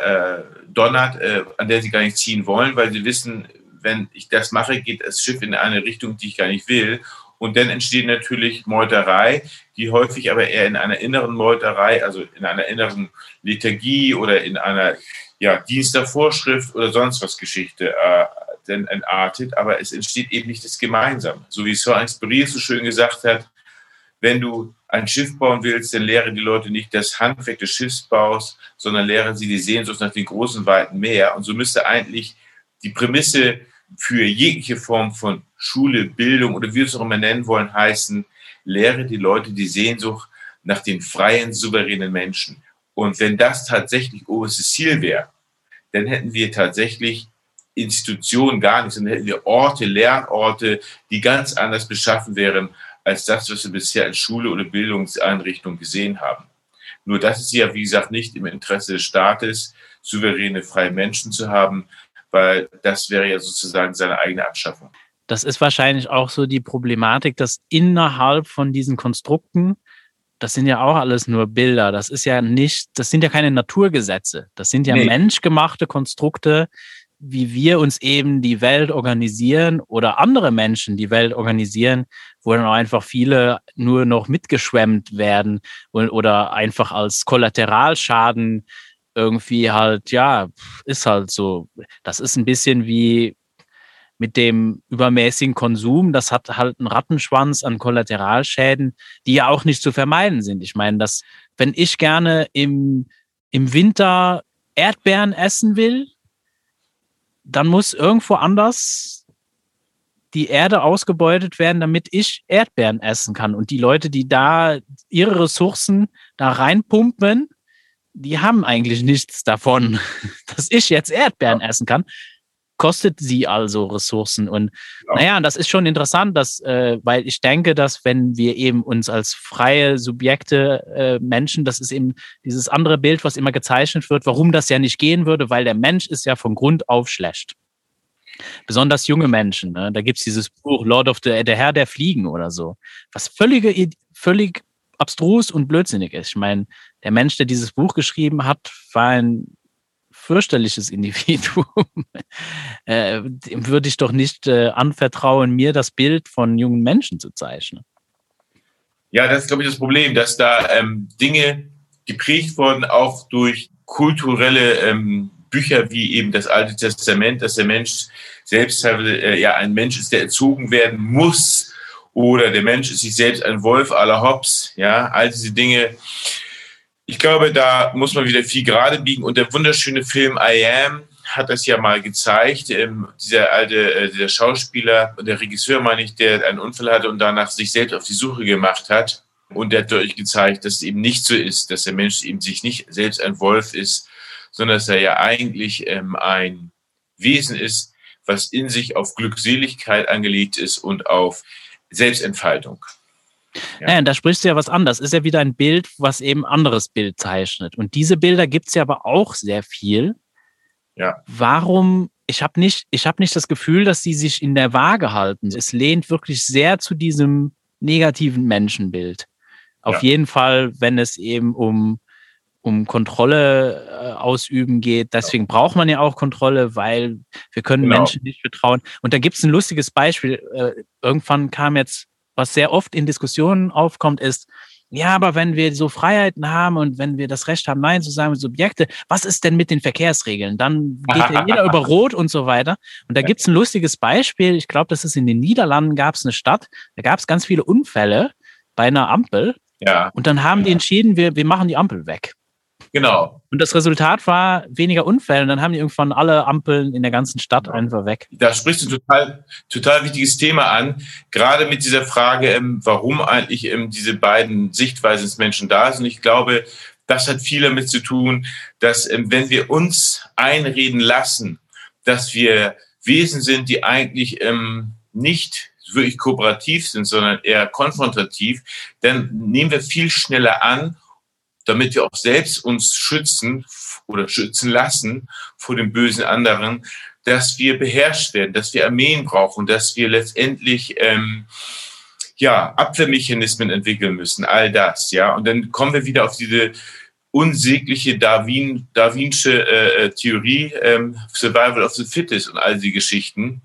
ver, äh, äh, an der sie gar nicht ziehen wollen, weil sie wissen, wenn ich das mache, geht das Schiff in eine Richtung, die ich gar nicht will. Und dann entsteht natürlich Meuterei, die häufig aber eher in einer inneren Meuterei, also in einer inneren Lethargie oder in einer ja, Dienst der Vorschrift oder sonst was Geschichte äh, denn entartet. Aber es entsteht eben nicht das Gemeinsame. So wie Saint-Exupéry so schön gesagt hat, wenn du ein Schiff bauen willst, dann lehre die Leute nicht das Handwerk des Schiffsbaus, sondern lehre sie die Sehnsucht nach dem großen, weiten Meer. Und so müsste eigentlich die Prämisse für jegliche Form von Schule, Bildung oder wie wir es auch immer nennen wollen, heißen, lehre die Leute die Sehnsucht nach den freien, souveränen Menschen. Und wenn das tatsächlich oberstes Ziel wäre, dann hätten wir tatsächlich Institutionen gar nicht, sondern hätten wir Orte, Lernorte, die ganz anders beschaffen wären, als das, was wir bisher als Schule oder Bildungseinrichtung gesehen haben. Nur das ist ja, wie gesagt, nicht im Interesse des Staates, souveräne, freie Menschen zu haben, weil das wäre ja sozusagen seine eigene Abschaffung. Das ist wahrscheinlich auch so die Problematik, dass innerhalb von diesen Konstrukten, das sind ja auch alles nur Bilder, das ist ja nicht, das sind ja keine Naturgesetze, das sind ja nee. menschgemachte Konstrukte, wie wir uns eben die Welt organisieren oder andere Menschen die Welt organisieren, wo dann auch einfach viele nur noch mitgeschwemmt werden oder einfach als Kollateralschaden irgendwie halt, ja, ist halt so. Das ist ein bisschen wie mit dem übermäßigen Konsum. Das hat halt einen Rattenschwanz an Kollateralschäden, die ja auch nicht zu vermeiden sind. Ich meine, dass, wenn ich gerne im, im Winter Erdbeeren essen will, dann muss irgendwo anders die Erde ausgebeutet werden, damit ich Erdbeeren essen kann. Und die Leute, die da ihre Ressourcen da reinpumpen, die haben eigentlich nichts davon, dass ich jetzt Erdbeeren ja. essen kann. Kostet sie also Ressourcen. Und ja. naja, das ist schon interessant, dass, äh, weil ich denke, dass wenn wir eben uns als freie Subjekte äh, Menschen, das ist eben dieses andere Bild, was immer gezeichnet wird, warum das ja nicht gehen würde, weil der Mensch ist ja von Grund auf schlecht. Besonders junge Menschen. Ne? Da gibt es dieses Buch Lord of the, der Herr der Fliegen oder so, was völlige, völlig abstrus und blödsinnig ist. Ich meine, der Mensch, der dieses Buch geschrieben hat, war ein fürchterliches Individuum. äh, dem würde ich doch nicht äh, anvertrauen, mir das Bild von jungen Menschen zu zeichnen. Ja, das ist, glaube ich, das Problem, dass da ähm, Dinge geprägt wurden, auch durch kulturelle ähm, Bücher wie eben das Alte Testament, dass der Mensch selbst äh, ja ein Mensch ist, der erzogen werden muss, oder der Mensch ist sich selbst ein Wolf à la Hobbes, ja, all diese Dinge. Ich glaube, da muss man wieder viel gerade biegen. Und der wunderschöne Film I Am hat das ja mal gezeigt. Ähm, dieser alte, äh, der Schauspieler, der Regisseur, meine ich, der einen Unfall hatte und danach sich selbst auf die Suche gemacht hat. Und der hat deutlich gezeigt, dass es eben nicht so ist, dass der Mensch eben sich nicht selbst ein Wolf ist, sondern dass er ja eigentlich ähm, ein Wesen ist, was in sich auf Glückseligkeit angelegt ist und auf Selbstentfaltung. Ja. Ja, da sprichst du ja was an. Das ist ja wieder ein Bild, was eben anderes Bild zeichnet. Und diese Bilder gibt es ja aber auch sehr viel. Ja. Warum? Ich habe nicht, ich habe nicht das Gefühl, dass sie sich in der Waage halten. Es lehnt wirklich sehr zu diesem negativen Menschenbild. Auf ja. jeden Fall, wenn es eben um, um Kontrolle äh, ausüben geht. Deswegen ja. braucht man ja auch Kontrolle, weil wir können genau. Menschen nicht vertrauen. Und da gibt es ein lustiges Beispiel. Äh, irgendwann kam jetzt, was sehr oft in Diskussionen aufkommt, ist, ja, aber wenn wir so Freiheiten haben und wenn wir das Recht haben, Nein zu sagen, Subjekte, was ist denn mit den Verkehrsregeln? Dann geht ja jeder über Rot und so weiter. Und da gibt es ein lustiges Beispiel. Ich glaube, das ist in den Niederlanden, gab es eine Stadt, da gab es ganz viele Unfälle bei einer Ampel. Ja. Und dann haben ja. die entschieden, wir, wir machen die Ampel weg. Genau. Und das Resultat war weniger Unfälle. Und dann haben die irgendwann alle Ampeln in der ganzen Stadt einfach weg. Da sprichst du total, total wichtiges Thema an. Gerade mit dieser Frage, ähm, warum eigentlich ähm, diese beiden Sichtweisen des Menschen da sind. Und ich glaube, das hat viel damit zu tun, dass ähm, wenn wir uns einreden lassen, dass wir Wesen sind, die eigentlich ähm, nicht wirklich kooperativ sind, sondern eher konfrontativ, dann nehmen wir viel schneller an, damit wir auch selbst uns schützen oder schützen lassen vor dem bösen anderen, dass wir beherrscht werden, dass wir Armeen brauchen, dass wir letztendlich ähm, ja, Abwehrmechanismen entwickeln müssen, all das. Ja, und dann kommen wir wieder auf diese unsägliche Darwin, darwinsche äh, Theorie, ähm, Survival of the Fittest und all die Geschichten.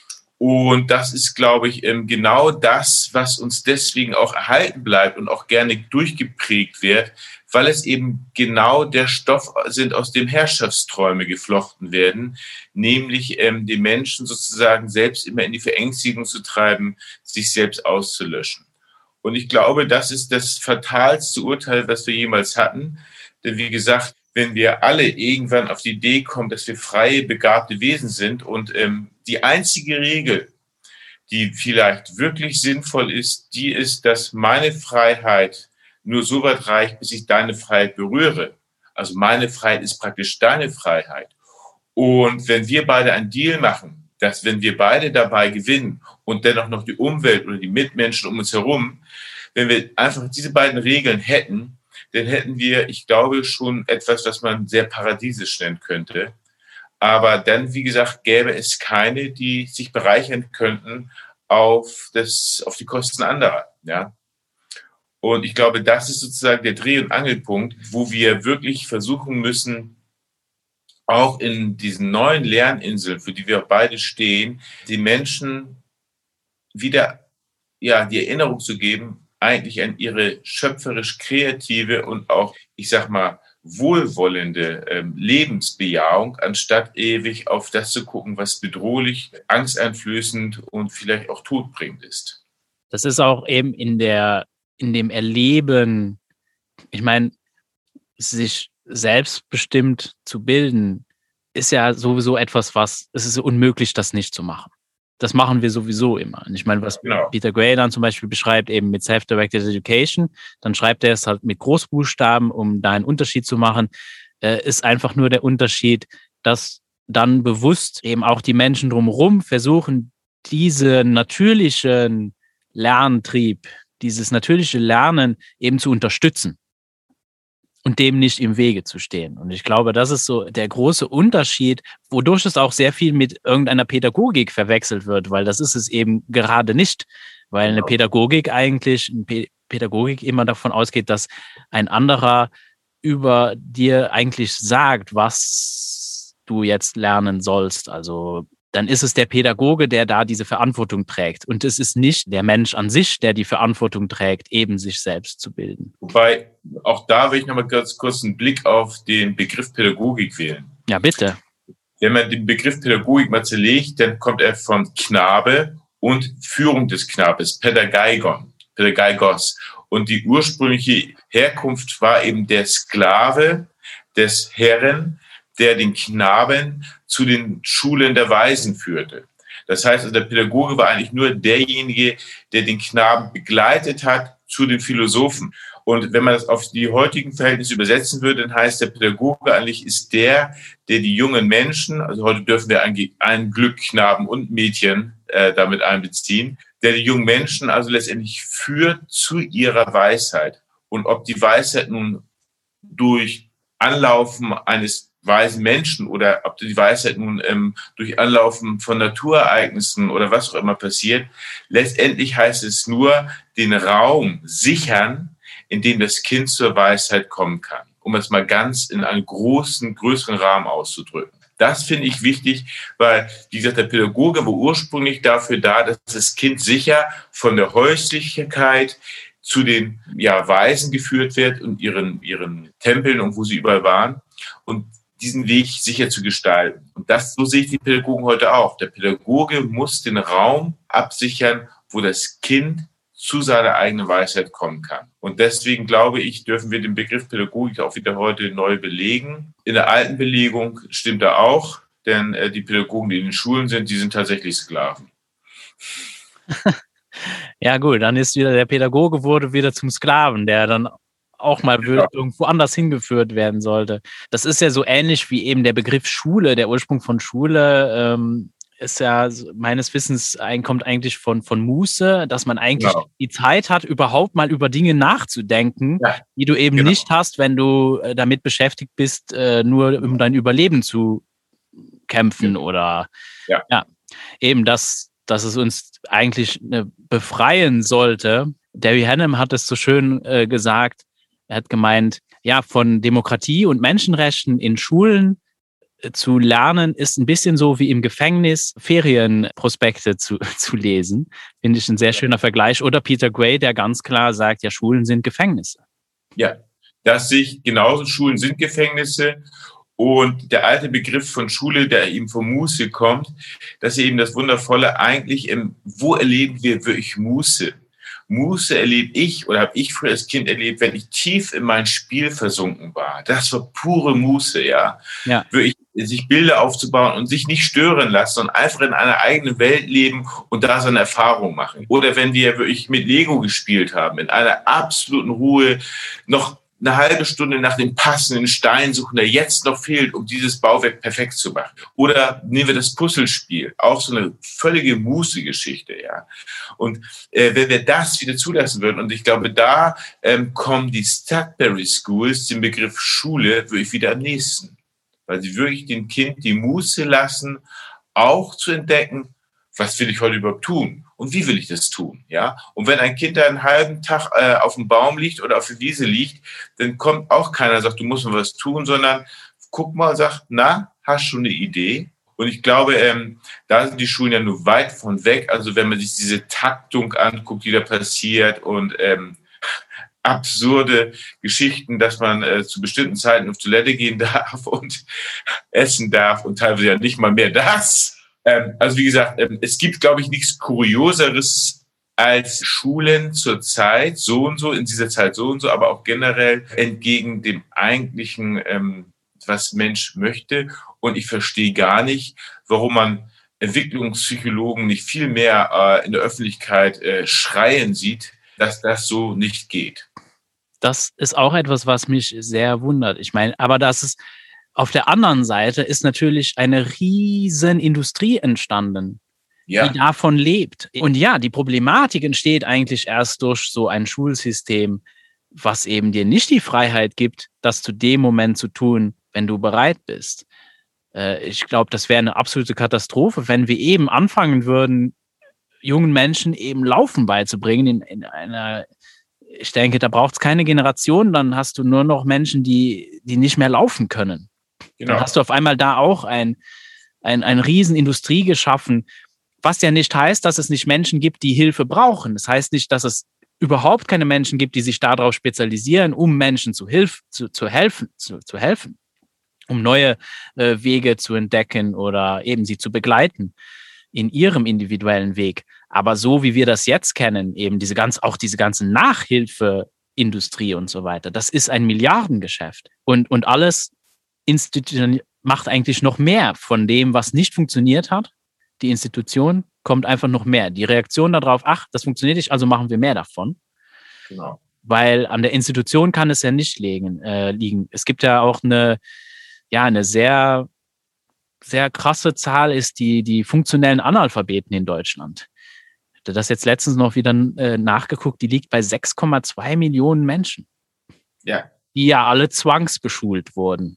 Und das ist, glaube ich, ähm, genau das, was uns deswegen auch erhalten bleibt und auch gerne durchgeprägt wird, weil es eben genau der Stoff sind, aus dem Herrschaftsträume geflochten werden, nämlich ähm, den Menschen sozusagen selbst immer in die Verängstigung zu treiben, sich selbst auszulöschen. Und ich glaube, das ist das fatalste Urteil, was wir jemals hatten. Denn wie gesagt, wenn wir alle irgendwann auf die Idee kommen, dass wir freie, begabte Wesen sind und ähm, die einzige Regel, die vielleicht wirklich sinnvoll ist, die ist, dass meine Freiheit nur so weit reicht, bis ich deine Freiheit berühre. Also meine Freiheit ist praktisch deine Freiheit. Und wenn wir beide einen Deal machen, dass wenn wir beide dabei gewinnen und dennoch noch die Umwelt oder die Mitmenschen um uns herum, wenn wir einfach diese beiden Regeln hätten, dann hätten wir, ich glaube, schon etwas, was man sehr paradiesisch nennen könnte. Aber dann, wie gesagt, gäbe es keine, die sich bereichern könnten auf, das, auf die Kosten anderer. Ja? Und ich glaube, das ist sozusagen der Dreh- und Angelpunkt, wo wir wirklich versuchen müssen, auch in diesen neuen Lerninseln, für die wir beide stehen, den Menschen wieder ja, die Erinnerung zu geben, eigentlich an ihre schöpferisch kreative und auch, ich sag mal, wohlwollende ähm, Lebensbejahung, anstatt ewig auf das zu gucken, was bedrohlich, angsteinflößend und vielleicht auch todbringend ist. Das ist auch eben in der, in dem Erleben, ich meine, sich selbstbestimmt zu bilden, ist ja sowieso etwas, was, es ist unmöglich, das nicht zu machen. Das machen wir sowieso immer. Und ich meine, was genau. Peter Gray dann zum Beispiel beschreibt, eben mit Self-Directed Education, dann schreibt er es halt mit Großbuchstaben, um da einen Unterschied zu machen, äh, ist einfach nur der Unterschied, dass dann bewusst eben auch die Menschen drumherum versuchen, diesen natürlichen Lerntrieb, dieses natürliche Lernen eben zu unterstützen und dem nicht im Wege zu stehen. Und ich glaube, das ist so der große Unterschied, wodurch es auch sehr viel mit irgendeiner Pädagogik verwechselt wird, weil das ist es eben gerade nicht, weil eine Pädagogik eigentlich, eine Pädagogik immer davon ausgeht, dass ein anderer über dir eigentlich sagt, was du jetzt lernen sollst. Also dann ist es der Pädagoge, der da diese Verantwortung trägt. Und es ist nicht der Mensch an sich, der die Verantwortung trägt, eben sich selbst zu bilden. Wobei, auch da will ich nochmal ganz kurz einen Blick auf den Begriff Pädagogik wählen. Ja, bitte. Wenn man den Begriff Pädagogik mal zerlegt, dann kommt er von Knabe und Führung des Knabes, Pädagaigon, Pädagaigos. Und die ursprüngliche Herkunft war eben der Sklave des Herren, der den Knaben zu den Schulen der Weisen führte. Das heißt, also der Pädagoge war eigentlich nur derjenige, der den Knaben begleitet hat zu den Philosophen. Und wenn man das auf die heutigen Verhältnisse übersetzen würde, dann heißt der Pädagoge eigentlich ist der, der die jungen Menschen, also heute dürfen wir ein, ein Glück Knaben und Mädchen äh, damit einbeziehen, der die jungen Menschen also letztendlich führt zu ihrer Weisheit. Und ob die Weisheit nun durch Anlaufen eines weisen Menschen oder ob die Weisheit nun ähm, durch Anlaufen von Naturereignissen oder was auch immer passiert, letztendlich heißt es nur, den Raum sichern, in dem das Kind zur Weisheit kommen kann, um es mal ganz in einen großen, größeren Rahmen auszudrücken. Das finde ich wichtig, weil, wie gesagt, der Pädagoge war ursprünglich dafür da, dass das Kind sicher von der Häuslichkeit zu den ja, Weisen geführt wird und ihren, ihren Tempeln und wo sie überall waren und diesen Weg sicher zu gestalten. Und das, so sehe ich die Pädagogen heute auch. Der Pädagoge muss den Raum absichern, wo das Kind zu seiner eigenen Weisheit kommen kann. Und deswegen glaube ich, dürfen wir den Begriff Pädagogik auch wieder heute neu belegen. In der alten Belegung stimmt er auch, denn äh, die Pädagogen, die in den Schulen sind, die sind tatsächlich Sklaven. Ja gut, dann ist wieder der Pädagoge wurde wieder zum Sklaven, der dann auch mal ja. irgendwo anders hingeführt werden sollte. Das ist ja so ähnlich wie eben der Begriff Schule, der Ursprung von Schule ähm, ist ja meines Wissens ein, kommt eigentlich von, von Muße, dass man eigentlich genau. die Zeit hat, überhaupt mal über Dinge nachzudenken, ja. die du eben genau. nicht hast, wenn du damit beschäftigt bist, nur um dein Überleben zu kämpfen ja. oder ja. ja, eben, dass, dass es uns eigentlich befreien sollte. Darry Hannam hat es so schön äh, gesagt, er hat gemeint, ja, von Demokratie und Menschenrechten in Schulen zu lernen, ist ein bisschen so wie im Gefängnis Ferienprospekte zu, zu lesen. Finde ich ein sehr schöner Vergleich. Oder Peter Gray, der ganz klar sagt, ja, Schulen sind Gefängnisse. Ja, das sehe ich genauso. Schulen sind Gefängnisse. Und der alte Begriff von Schule, der eben von Muße kommt, das ist eben das Wundervolle eigentlich, im, wo erleben wir wirklich Muße? Muße erlebe ich oder habe ich früher als Kind erlebt, wenn ich tief in mein Spiel versunken war. Das war pure Muße, ja. ja. Wirklich sich Bilder aufzubauen und sich nicht stören lassen, sondern einfach in einer eigenen Welt leben und da seine Erfahrung machen. Oder wenn wir wirklich mit Lego gespielt haben, in einer absoluten Ruhe, noch eine halbe Stunde nach dem passenden Stein suchen, der jetzt noch fehlt, um dieses Bauwerk perfekt zu machen. Oder nehmen wir das Puzzlespiel, auch so eine völlige Muße-Geschichte, ja. Und äh, wenn wir das wieder zulassen würden, und ich glaube, da ähm, kommen die Studbury Schools dem Begriff Schule wirklich wieder am nächsten, weil sie wirklich dem Kind die Muße lassen, auch zu entdecken, was will ich heute überhaupt tun? Und wie will ich das tun? Ja. Und wenn ein Kind da einen halben Tag äh, auf dem Baum liegt oder auf der Wiese liegt, dann kommt auch keiner und sagt, du musst mal was tun, sondern guck mal, sagt, na, hast schon eine Idee? Und ich glaube, ähm, da sind die Schulen ja nur weit von weg. Also wenn man sich diese Taktung anguckt, die da passiert und ähm, absurde Geschichten, dass man äh, zu bestimmten Zeiten auf Toilette gehen darf und essen darf und teilweise ja nicht mal mehr das. Ähm, also wie gesagt, ähm, es gibt, glaube ich, nichts Kurioseres als Schulen zur Zeit, so und so, in dieser Zeit so und so, aber auch generell entgegen dem eigentlichen, ähm, was Mensch möchte. Und ich verstehe gar nicht, warum man Entwicklungspsychologen nicht viel mehr äh, in der Öffentlichkeit äh, schreien sieht, dass das so nicht geht. Das ist auch etwas, was mich sehr wundert. Ich meine, aber das ist auf der anderen Seite ist natürlich eine riesen Industrie entstanden, ja. die davon lebt. Und ja, die Problematik entsteht eigentlich erst durch so ein Schulsystem, was eben dir nicht die Freiheit gibt, das zu dem Moment zu tun, wenn du bereit bist. Äh, ich glaube, das wäre eine absolute Katastrophe, wenn wir eben anfangen würden, jungen Menschen eben Laufen beizubringen in, in einer, ich denke, da braucht es keine Generation, dann hast du nur noch Menschen, die, die nicht mehr laufen können. Genau. Dann hast du auf einmal da auch ein, ein, ein Riesenindustrie geschaffen, was ja nicht heißt, dass es nicht Menschen gibt, die Hilfe brauchen. Das heißt nicht, dass es überhaupt keine Menschen gibt, die sich darauf spezialisieren, um Menschen zu, hilf, zu, zu, helfen, zu, zu helfen, um neue äh, Wege zu entdecken oder eben sie zu begleiten in ihrem individuellen Weg. Aber so wie wir das jetzt kennen, eben diese ganz, auch diese ganze Nachhilfeindustrie und so weiter, das ist ein Milliardengeschäft. Und, und alles Institution macht eigentlich noch mehr von dem, was nicht funktioniert hat. Die Institution kommt einfach noch mehr. Die Reaktion darauf, ach, das funktioniert nicht, also machen wir mehr davon. Genau. Weil an der Institution kann es ja nicht liegen. Äh, liegen. Es gibt ja auch eine, ja, eine sehr, sehr krasse Zahl ist die, die funktionellen Analphabeten in Deutschland. Ich hatte das jetzt letztens noch wieder äh, nachgeguckt, die liegt bei sechs Komma zwei Millionen Menschen. Ja. Die ja alle zwangsbeschult wurden.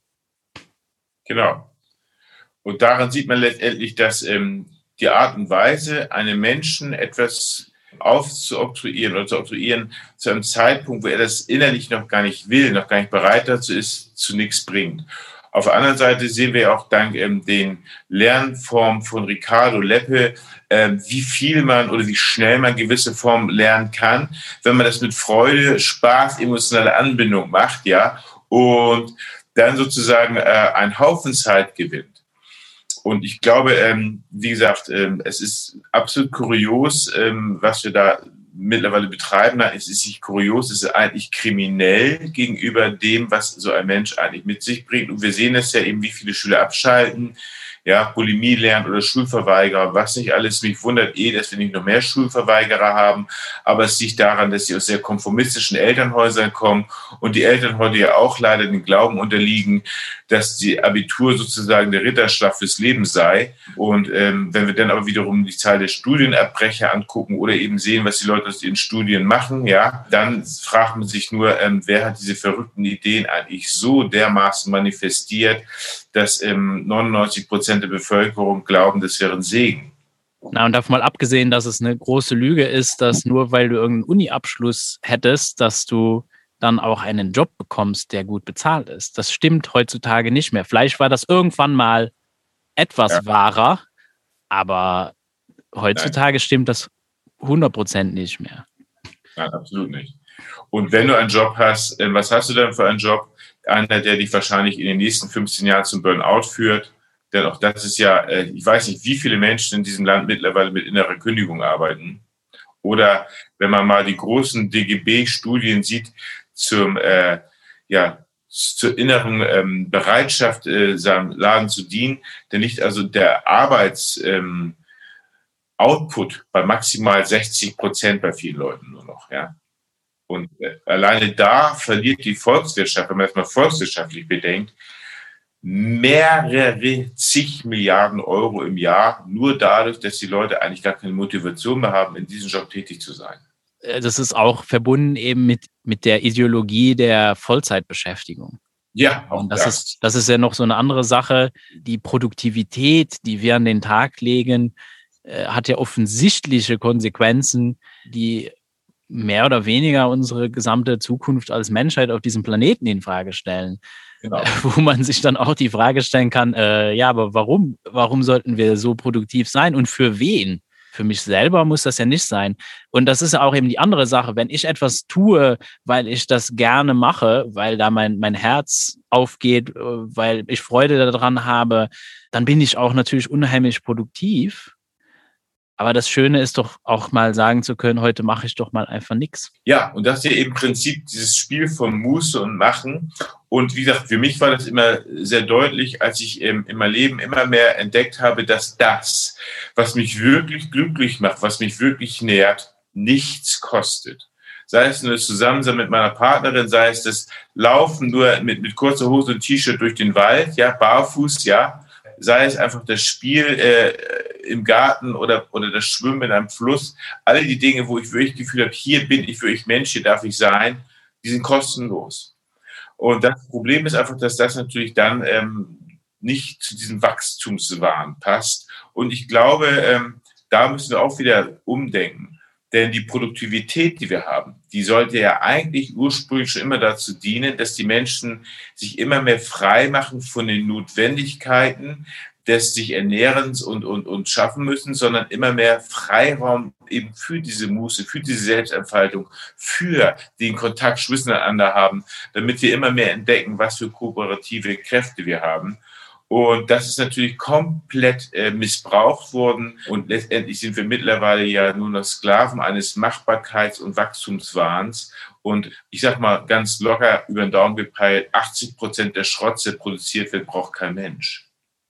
Genau. Und daran sieht man letztendlich, dass ähm, die Art und Weise, einem Menschen etwas aufzuoktroyieren oder zu oktroyieren, zu einem Zeitpunkt, wo er das innerlich noch gar nicht will, noch gar nicht bereit dazu ist, zu nichts bringt. Auf der anderen Seite sehen wir auch dank ähm, den Lernformen von Ricardo Leppe, ähm, wie viel man oder wie schnell man gewisse Formen lernen kann, wenn man das mit Freude, Spaß, emotionale Anbindung macht, ja, und dann sozusagen äh, einen Haufen Zeit gewinnt. Und ich glaube, ähm, wie gesagt, ähm, es ist absolut kurios, ähm, was wir da mittlerweile betreiben. Es ist nicht kurios, es ist eigentlich kriminell gegenüber dem, was so ein Mensch eigentlich mit sich bringt. Und wir sehen es ja eben, wie viele Schüler abschalten, ja, Bulimie lernt oder Schulverweigerer, was nicht alles. Mich wundert eh, dass wir nicht noch mehr Schulverweigerer haben, aber es liegt daran, dass sie aus sehr konformistischen Elternhäusern kommen und die Eltern heute ja auch leider den Glauben unterliegen, dass die Abitur sozusagen der Ritterschlag fürs Leben sei. Und ähm, wenn wir dann aber wiederum die Zahl der Studienabbrecher angucken oder eben sehen, was die Leute aus ihren Studien machen, ja, dann fragt man sich nur, ähm, wer hat diese verrückten Ideen eigentlich so dermaßen manifestiert, dass ähm, neunundneunzig Prozent der Bevölkerung glauben, das wäre ein Segen. Na, und davon mal abgesehen, dass es eine große Lüge ist, dass nur weil du irgendeinen Uni-Abschluss hättest, dass du dann auch einen Job bekommst, der gut bezahlt ist. Das stimmt heutzutage nicht mehr. Vielleicht war das irgendwann mal etwas ja. wahrer, aber heutzutage Nein. stimmt das hundert Prozent nicht mehr. Nein, absolut nicht. Und wenn du einen Job hast, was hast du denn für einen Job? Einer, der dich wahrscheinlich in den nächsten fünfzehn Jahren zum Burnout führt. Denn auch das ist ja, ich weiß nicht, wie viele Menschen in diesem Land mittlerweile mit innerer Kündigung arbeiten. Oder wenn man mal die großen D G B-Studien sieht zum, äh, ja, zur inneren ähm, Bereitschaft, äh, seinem Laden zu dienen, dann liegt also der Arbeits- ähm, Output bei maximal sechzig Prozent bei vielen Leuten nur noch, ja. Und äh, alleine da verliert die Volkswirtschaft, wenn man das mal volkswirtschaftlich bedenkt, mehrere zig Milliarden Euro im Jahr, nur dadurch, dass die Leute eigentlich gar keine Motivation mehr haben, in diesem Job tätig zu sein. Das ist auch verbunden eben mit, mit der Ideologie der Vollzeitbeschäftigung. Ja, auch und das, das. Ist, das ist ja noch so eine andere Sache. Die Produktivität, die wir an den Tag legen, äh, hat ja offensichtliche Konsequenzen, die mehr oder weniger unsere gesamte Zukunft als Menschheit auf diesem Planeten in Frage stellen. Genau. Äh, wo man sich dann auch die Frage stellen kann, äh, ja, aber warum? Warum sollten wir so produktiv sein und für wen? Für mich selber muss das ja nicht sein. Und das ist ja auch eben die andere Sache. Wenn ich etwas tue, weil ich das gerne mache, weil da mein, mein Herz aufgeht, weil ich Freude daran habe, dann bin ich auch natürlich unheimlich produktiv. Aber das Schöne ist doch auch mal sagen zu können, heute mache ich doch mal einfach nichts. Ja, und das ist ja im Prinzip dieses Spiel von Muße und Machen. Und wie gesagt, für mich war das immer sehr deutlich, als ich in meinem Leben immer mehr entdeckt habe, dass das, was mich wirklich glücklich macht, was mich wirklich nährt, nichts kostet. Sei es nur das Zusammensein mit meiner Partnerin, sei es das Laufen nur mit, mit kurzer Hose und T-Shirt durch den Wald, ja, barfuß, ja. Sei es einfach das Spiel äh, im Garten oder, oder das Schwimmen in einem Fluss. Alle die Dinge, wo ich wirklich das Gefühl habe, hier bin ich wirklich Mensch, hier darf ich sein, die sind kostenlos. Und das Problem ist einfach, dass das natürlich dann ähm, nicht zu diesem Wachstumswahn passt. Und ich glaube, ähm, da müssen wir auch wieder umdenken. Denn die Produktivität, die wir haben, die sollte ja eigentlich ursprünglich schon immer dazu dienen, dass die Menschen sich immer mehr frei machen von den Notwendigkeiten des sich Ernährens und, und, und schaffen müssen, sondern immer mehr Freiraum eben für diese Muße, für diese Selbstentfaltung, für den Kontakt miteinander haben, damit wir immer mehr entdecken, was für kooperative Kräfte wir haben. Und das ist natürlich komplett äh, missbraucht worden. Und letztendlich sind wir mittlerweile ja nur noch Sklaven eines Machbarkeits- und Wachstumswahns. Und ich sag mal ganz locker über den Daumen gepeilt, achtzig Prozent der Schrott, der produziert wird, braucht kein Mensch.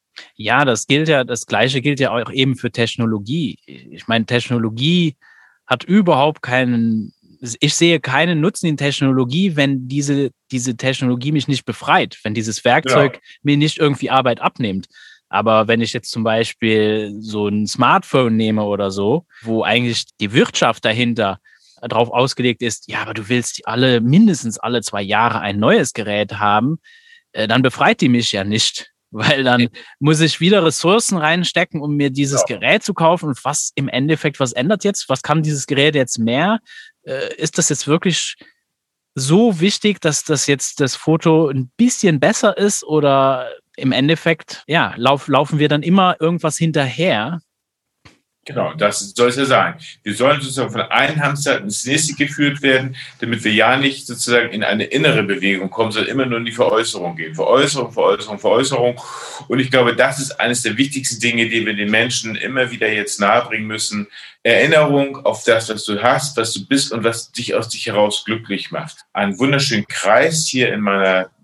Ja, das gilt ja, das Gleiche gilt ja auch eben für Technologie. Ich meine, Technologie hat überhaupt keinen, ich sehe keinen Nutzen in Technologie, wenn diese, diese Technologie mich nicht befreit, wenn dieses Werkzeug ja. mir nicht irgendwie Arbeit abnimmt. Aber wenn ich jetzt zum Beispiel so ein Smartphone nehme oder so, wo eigentlich die Wirtschaft dahinter darauf ausgelegt ist, ja, aber du willst alle, mindestens alle zwei Jahre ein neues Gerät haben, äh, dann befreit die mich ja nicht. Weil dann muss ich wieder Ressourcen reinstecken, um mir dieses ja. Gerät zu kaufen. Und was im Endeffekt, was ändert jetzt? Was kann dieses Gerät jetzt mehr? Äh, ist das jetzt wirklich so wichtig, dass das jetzt das Foto ein bisschen besser ist? Oder im Endeffekt, ja, lauf, laufen wir dann immer irgendwas hinterher? Genau, das soll es ja sein. Wir sollen sozusagen von einem Hamster ins nächste geführt werden, damit wir ja nicht sozusagen in eine innere Bewegung kommen, sondern immer nur in die Veräußerung gehen. Veräußerung, Veräußerung, Veräußerung. Und ich glaube, das ist eines der wichtigsten Dinge, die wir den Menschen immer wieder jetzt nahebringen müssen. Erinnerung auf das, was du hast, was du bist und was dich aus dich heraus glücklich macht. Einen wunderschönen Kreis hier in meiner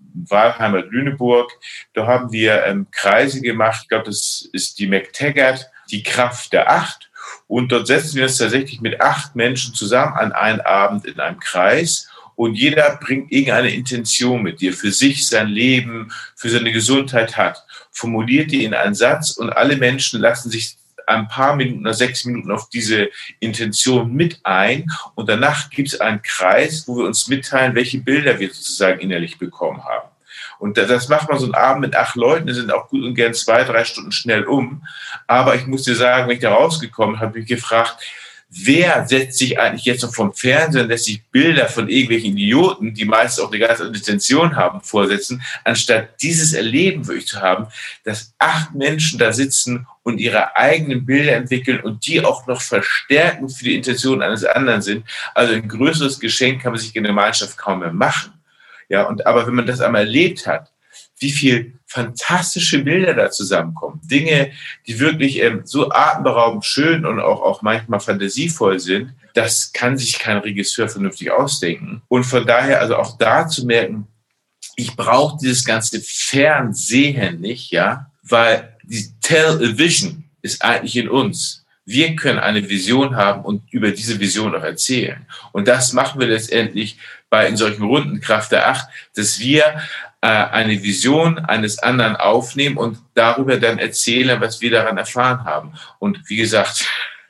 Wahlheimer Lüneburg. Da haben wir ähm, Kreise gemacht. Ich glaube, das ist die McTaggart, die Kraft der Acht. Und dort setzen wir uns tatsächlich mit acht Menschen zusammen an einen Abend in einem Kreis. Und jeder bringt irgendeine Intention mit, die er für sich, sein Leben, für seine Gesundheit hat. Formuliert die in einen Satz und alle Menschen lassen sich ein paar Minuten oder sechs Minuten auf diese Intention mit ein. Und danach gibt es einen Kreis, wo wir uns mitteilen, welche Bilder wir sozusagen innerlich bekommen haben. Und das macht man so einen Abend mit acht Leuten, die sind auch gut und gern zwei, drei Stunden schnell um. Aber ich muss dir sagen, wenn ich da rausgekommen habe, habe ich mich gefragt, wer setzt sich eigentlich jetzt noch vom Fernsehen, lässt sich Bilder von irgendwelchen Idioten, die meistens auch eine ganz andere Intention haben, vorsetzen, anstatt dieses Erleben wirklich zu haben, dass acht Menschen da sitzen und ihre eigenen Bilder entwickeln und die auch noch verstärken für die Intention eines anderen sind. Also ein größeres Geschenk kann man sich in der Gemeinschaft kaum mehr machen. Ja, und aber wenn man das einmal erlebt hat, wie viel fantastische Bilder da zusammenkommen. Dinge, die wirklich ähm, so atemberaubend schön und auch, auch manchmal fantasievoll sind, das kann sich kein Regisseur vernünftig ausdenken. Und von daher also auch da zu merken, ich brauche dieses ganze Fernsehen nicht, ja, weil die Television ist eigentlich in uns. Wir können eine Vision haben und über diese Vision auch erzählen. Und das machen wir letztendlich bei in solchen Runden Kraft der Acht, dass wir äh, eine Vision eines anderen aufnehmen und darüber dann erzählen, was wir daran erfahren haben. Und wie gesagt,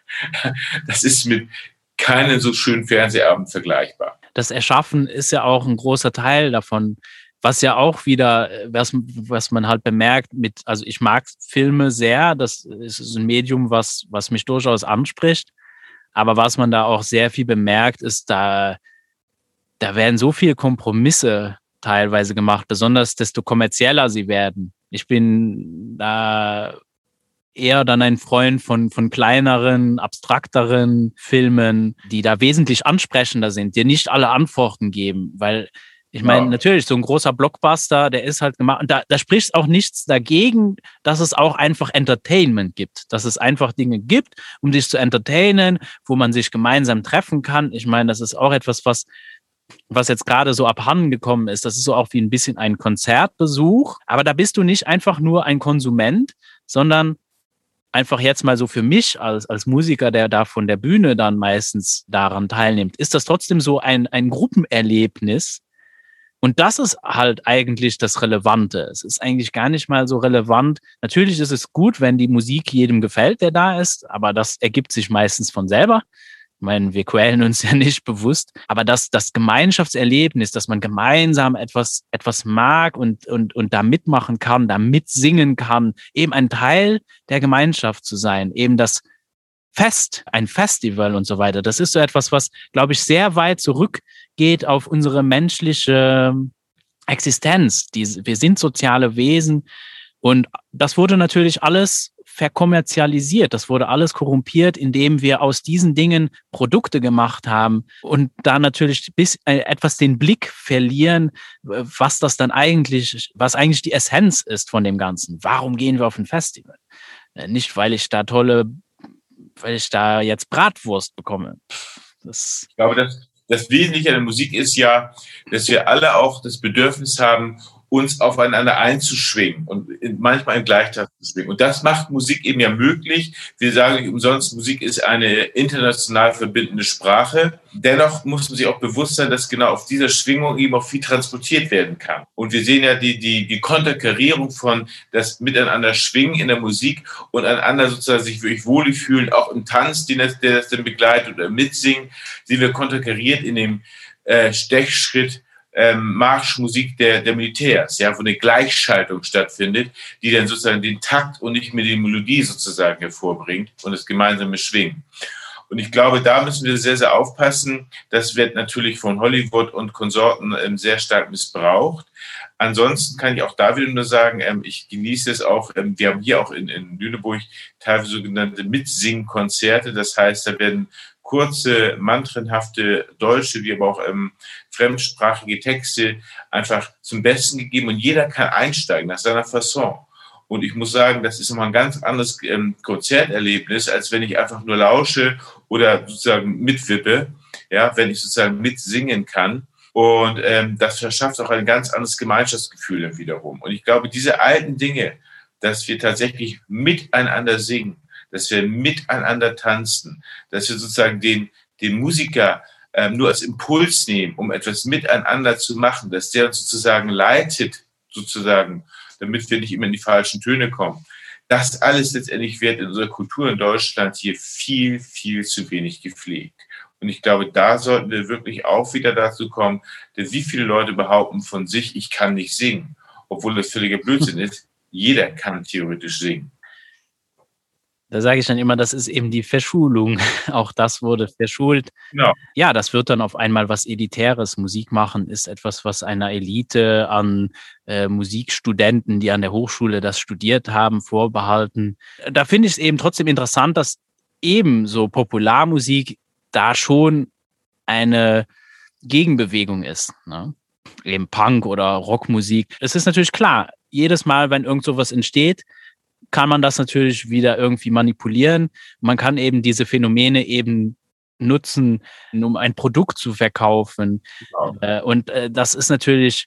das ist mit keinem so schönen Fernsehabend vergleichbar. Das Erschaffen ist ja auch ein großer Teil davon, was ja auch wieder, was, was man halt bemerkt mit, also ich mag Filme sehr, das ist ein Medium, was, was mich durchaus anspricht, aber was man da auch sehr viel bemerkt, ist, da, da werden so viele Kompromisse teilweise gemacht, besonders desto kommerzieller sie werden. Ich bin da eher dann ein Freund von, von kleineren, abstrakteren Filmen, die da wesentlich ansprechender sind, dir nicht alle Antworten geben, weil ich meine, ja. Natürlich, so ein großer Blockbuster, der ist halt gemacht, und da, da spricht auch nichts dagegen, dass es auch einfach Entertainment gibt, dass es einfach Dinge gibt, um sich zu entertainen, wo man sich gemeinsam treffen kann. Ich meine, das ist auch etwas, was was jetzt gerade so abhanden gekommen ist. Das ist so auch wie ein bisschen ein Konzertbesuch, aber da bist du nicht einfach nur ein Konsument, sondern einfach jetzt mal so für mich als, als Musiker, der da von der Bühne dann meistens daran teilnimmt, ist das trotzdem so ein, ein Gruppenerlebnis. Und das ist halt eigentlich das Relevante. Es ist eigentlich gar nicht mal so relevant. Natürlich ist es gut, wenn die Musik jedem gefällt, der da ist, aber das ergibt sich meistens von selber. Ich meine, wir quälen uns ja nicht bewusst, aber das, das Gemeinschaftserlebnis, dass man gemeinsam etwas, etwas mag und, und, und da mitmachen kann, da mitsingen kann, eben ein Teil der Gemeinschaft zu sein, eben das Fest, ein Festival und so weiter. Das ist so etwas, was, glaube ich, sehr weit zurückgeht auf unsere menschliche Existenz. Die, wir sind soziale Wesen und das wurde natürlich alles verkommerzialisiert. Das wurde alles korrumpiert, indem wir aus diesen Dingen Produkte gemacht haben und da natürlich bis äh, etwas den Blick verlieren, was das dann eigentlich, was eigentlich die Essenz ist von dem Ganzen. Warum gehen wir auf ein Festival? Äh, nicht, weil ich da tolle, weil ich da jetzt Bratwurst bekomme. Das ich glaube, das, das Wesentliche an der Musik ist ja, dass wir alle auch das Bedürfnis haben, uns aufeinander einzuschwingen und manchmal in Gleichtakt zu schwingen. Und das macht Musik eben ja möglich. Wir sagen nicht umsonst, Musik ist eine international verbindende Sprache. Dennoch muss man sich auch bewusst sein, dass genau auf dieser Schwingung eben auch viel transportiert werden kann. Und wir sehen ja die, die, die Konterkarierung von das Miteinander schwingen in der Musik und einander sozusagen sich wirklich wohlig fühlen, auch im Tanz, den das, der das dann begleitet oder mitsingen, sehen wir konterkariert in dem äh, Stechschritt, Ähm, Marschmusik der, der Militärs, ja, wo eine Gleichschaltung stattfindet, die dann sozusagen den Takt und nicht mehr die Melodie sozusagen hervorbringt und das gemeinsame Schwingen. Und ich glaube, da müssen wir sehr, sehr aufpassen. Das wird natürlich von Hollywood und Konsorten ähm, sehr stark missbraucht. Ansonsten kann ich auch da wieder nur sagen, ähm, ich genieße es auch, ähm, wir haben hier auch in, in Lüneburg teilweise sogenannte Mitsingkonzerte, das heißt, da werden kurze, mantrenhafte deutsche, wie aber auch ähm, fremdsprachige Texte einfach zum Besten gegeben und jeder kann einsteigen nach seiner Fasson. Und ich muss sagen, das ist immer ein ganz anderes ähm, Konzerterlebnis, als wenn ich einfach nur lausche oder sozusagen mitwippe, ja, wenn ich sozusagen mitsingen kann. Und ähm, das verschafft auch ein ganz anderes Gemeinschaftsgefühl dann wiederum. Und ich glaube, diese alten Dinge, dass wir tatsächlich miteinander singen, dass wir miteinander tanzen, dass wir sozusagen den, den Musiker ähm, nur als Impuls nehmen, um etwas miteinander zu machen, dass der uns sozusagen leitet, sozusagen, damit wir nicht immer in die falschen Töne kommen. Das alles letztendlich wird in unserer Kultur in Deutschland hier viel, viel zu wenig gepflegt. Und ich glaube, da sollten wir wirklich auch wieder dazu kommen, denn wie viele Leute behaupten von sich, ich kann nicht singen, obwohl das völliger Blödsinn ist. Jeder kann theoretisch singen. Da sage ich dann immer, das ist eben die Verschulung. Auch das wurde verschult. Genau. Ja, das wird dann auf einmal was Elitäres. Musik machen ist etwas, was einer Elite an äh, Musikstudenten, die an der Hochschule das studiert haben, vorbehalten. Da finde ich es eben trotzdem interessant, dass eben so Popularmusik da schon eine Gegenbewegung ist, ne? Eben Punk oder Rockmusik. Es ist natürlich klar, jedes Mal, wenn irgend sowas entsteht, kann man das natürlich wieder irgendwie manipulieren. Man kann eben diese Phänomene eben nutzen, um ein Produkt zu verkaufen. Genau. Und das ist natürlich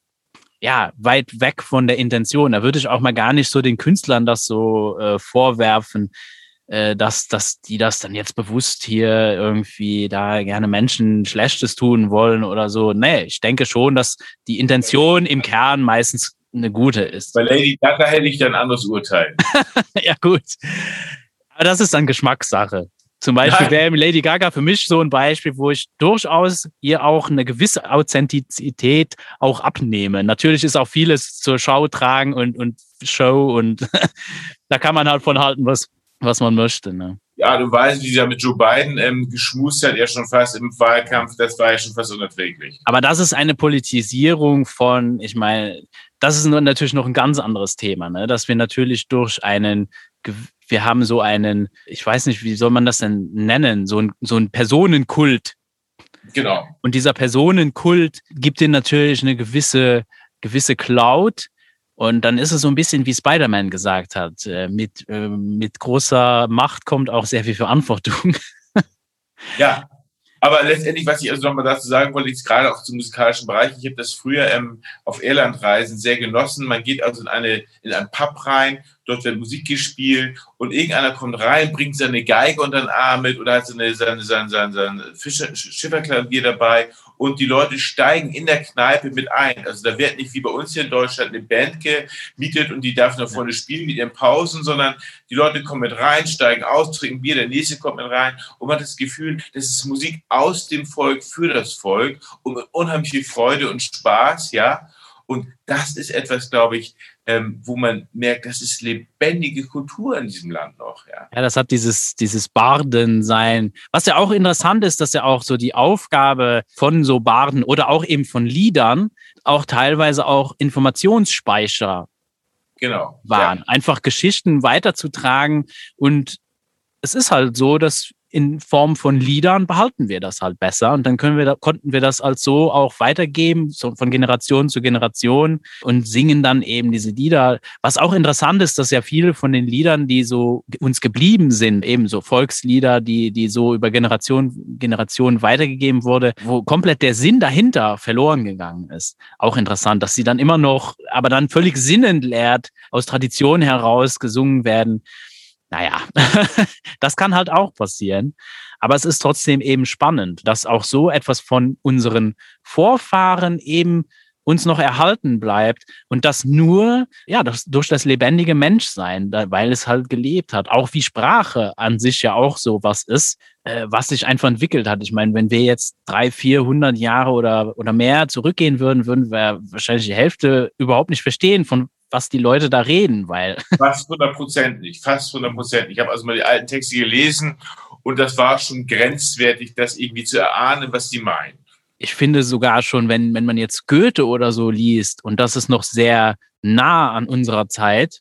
ja weit weg von der Intention. Da würde ich auch mal gar nicht so den Künstlern das so äh, vorwerfen, äh, dass, dass die das dann jetzt bewusst hier irgendwie da gerne Menschen Schlechtes tun wollen oder so. Nee, ich denke schon, dass die Intention im Kern meistens eine gute ist. Bei Lady Gaga hätte ich dann ein anderes Urteil. Ja, gut. Aber das ist dann Geschmackssache. Zum Beispiel wäre Lady Gaga für mich so ein Beispiel, wo ich durchaus ihr auch eine gewisse Authentizität auch abnehme. Natürlich ist auch vieles zur Schau tragen und, und Show und da kann man halt von halten, was, was man möchte. Ne? Ja, du weißt, wie sie ja mit Joe Biden ähm, geschmust hat, ja schon fast im Wahlkampf, das war ja schon fast unerträglich. Aber das ist eine Politisierung von, ich meine, das ist natürlich noch ein ganz anderes Thema, ne? Dass wir natürlich durch einen, wir haben so einen, ich weiß nicht, wie soll man das denn nennen, so ein, so ein Personenkult. Genau. Und dieser Personenkult gibt ihnen natürlich eine gewisse, gewisse Cloud. Und dann ist es so ein bisschen, wie Spider-Man gesagt hat, mit, mit großer Macht kommt auch sehr viel Verantwortung. Ja. Aber letztendlich, was ich also nochmal dazu sagen wollte, jetzt gerade auch zum musikalischen Bereich, ich habe das früher ähm, auf Irlandreisen sehr genossen. Man geht also in eine in einen Pub rein, dort wird Musik gespielt und irgendeiner kommt rein, bringt seine Geige unter den Arm mit oder hat seine, seine, seine, seine, seine Fischer, Schifferklavier dabei und die Leute steigen in der Kneipe mit ein. Also da wird nicht wie bei uns hier in Deutschland eine Band gemietet und die darf nach vorne spielen mit ihren Pausen, sondern die Leute kommen mit rein, steigen aus, trinken Bier, der nächste kommt mit rein und man hat das Gefühl, das ist Musik aus dem Volk für das Volk und mit unheimlich viel Freude und Spaß, ja. Und das ist etwas, glaube ich, ähm, wo man merkt, das ist lebendige Kultur in diesem Land noch, ja. Ja, das hat dieses, dieses Bardensein. Was ja auch interessant ist, dass ja auch so die Aufgabe von so Barden oder auch eben von Liedern auch teilweise auch Informationsspeicher genau, waren. Ja. Einfach Geschichten weiterzutragen und es ist halt so, dass in Form von Liedern behalten wir das halt besser und dann können wir da, konnten wir das als so auch weitergeben, so von Generation zu Generation und singen dann eben diese Lieder. Was auch interessant ist, dass ja viele von den Liedern, die so uns geblieben sind, eben so Volkslieder, die, die so über Generation, Generation weitergegeben wurde, wo komplett der Sinn dahinter verloren gegangen ist. Auch interessant, dass sie dann immer noch, aber dann völlig sinnentleert aus Tradition heraus gesungen werden. Naja, das kann halt auch passieren. Aber es ist trotzdem eben spannend, dass auch so etwas von unseren Vorfahren eben uns noch erhalten bleibt und das nur ja das, durch das lebendige Menschsein, weil es halt gelebt hat. Auch wie Sprache an sich ja auch so was ist, äh, was sich einfach entwickelt hat. Ich meine, wenn wir jetzt drei, vierhundert Jahre oder, oder mehr zurückgehen würden, würden wir wahrscheinlich die Hälfte überhaupt nicht verstehen, von was die Leute da reden, weil... Fast hundert Prozent nicht, fast hundert Prozent. Ich habe also mal die alten Texte gelesen und das war schon grenzwertig, das irgendwie zu erahnen, was die meinen. Ich finde sogar schon, wenn, wenn man jetzt Goethe oder so liest und das ist noch sehr nah an unserer Zeit,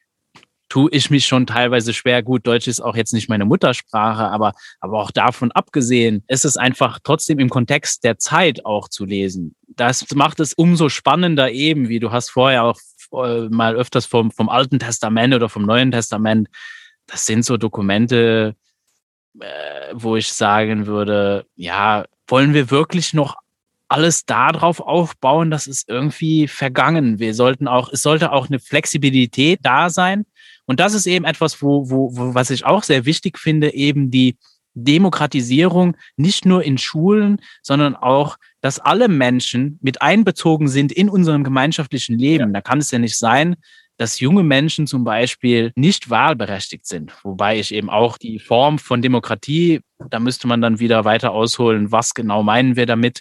tue ich mich schon teilweise schwer. Gut, Deutsch ist auch jetzt nicht meine Muttersprache, aber, aber auch davon abgesehen, ist es einfach trotzdem im Kontext der Zeit auch zu lesen. Das macht es umso spannender eben, wie du hast vorher auch mal öfters vom, vom Alten Testament oder vom Neuen Testament. Das sind so Dokumente, äh, wo ich sagen würde, ja, wollen wir wirklich noch alles darauf aufbauen, dass es irgendwie vergangen. Wir sollten auch, es sollte auch eine Flexibilität da sein. Und das ist eben etwas, wo, wo, wo, was ich auch sehr wichtig finde, eben die Demokratisierung nicht nur in Schulen, sondern auch, dass alle Menschen mit einbezogen sind in unserem gemeinschaftlichen Leben. Ja. Da kann es ja nicht sein, dass junge Menschen zum Beispiel nicht wahlberechtigt sind. Wobei ich eben auch die Form von Demokratie, da müsste man dann wieder weiter ausholen, was genau meinen wir damit.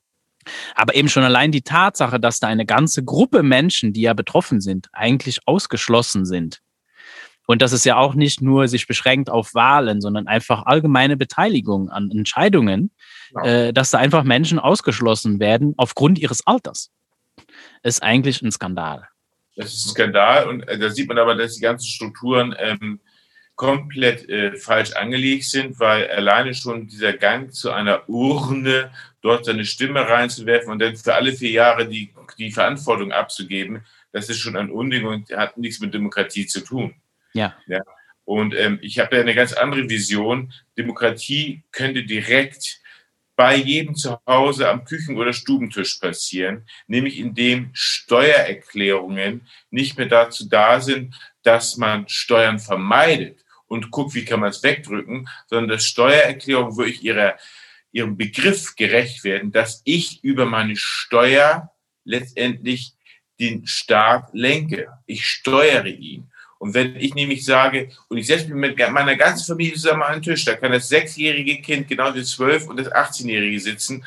Aber eben schon allein die Tatsache, dass da eine ganze Gruppe Menschen, die ja betroffen sind, eigentlich ausgeschlossen sind. Und dass es ja auch nicht nur sich beschränkt auf Wahlen, sondern einfach allgemeine Beteiligung an Entscheidungen, ja. äh, dass da einfach Menschen ausgeschlossen werden aufgrund ihres Alters. Ist eigentlich ein Skandal. Das ist ein Skandal und äh, da sieht man aber, dass die ganzen Strukturen ähm, komplett äh, falsch angelegt sind, weil alleine schon dieser Gang zu einer Urne, dort seine Stimme reinzuwerfen und dann für alle vier Jahre die, die Verantwortung abzugeben, das ist schon ein Unding und hat nichts mit Demokratie zu tun. Ja. ja. Und ähm, ich habe ja eine ganz andere Vision. Demokratie könnte direkt bei jedem zu Hause am Küchen- oder Stubentisch passieren, nämlich indem Steuererklärungen nicht mehr dazu da sind, dass man Steuern vermeidet und guckt, wie kann man es wegdrücken, sondern dass Steuererklärungen wirklich ihrer, ihrem Begriff gerecht werden, dass ich über meine Steuer letztendlich den Staat lenke. Ich steuere ihn. Und wenn ich nämlich sage, und ich setze mich mit meiner ganzen Familie zusammen an den Tisch, da kann das sechsjährige Kind, genau das zwölf- und das achtzehnjährige sitzen.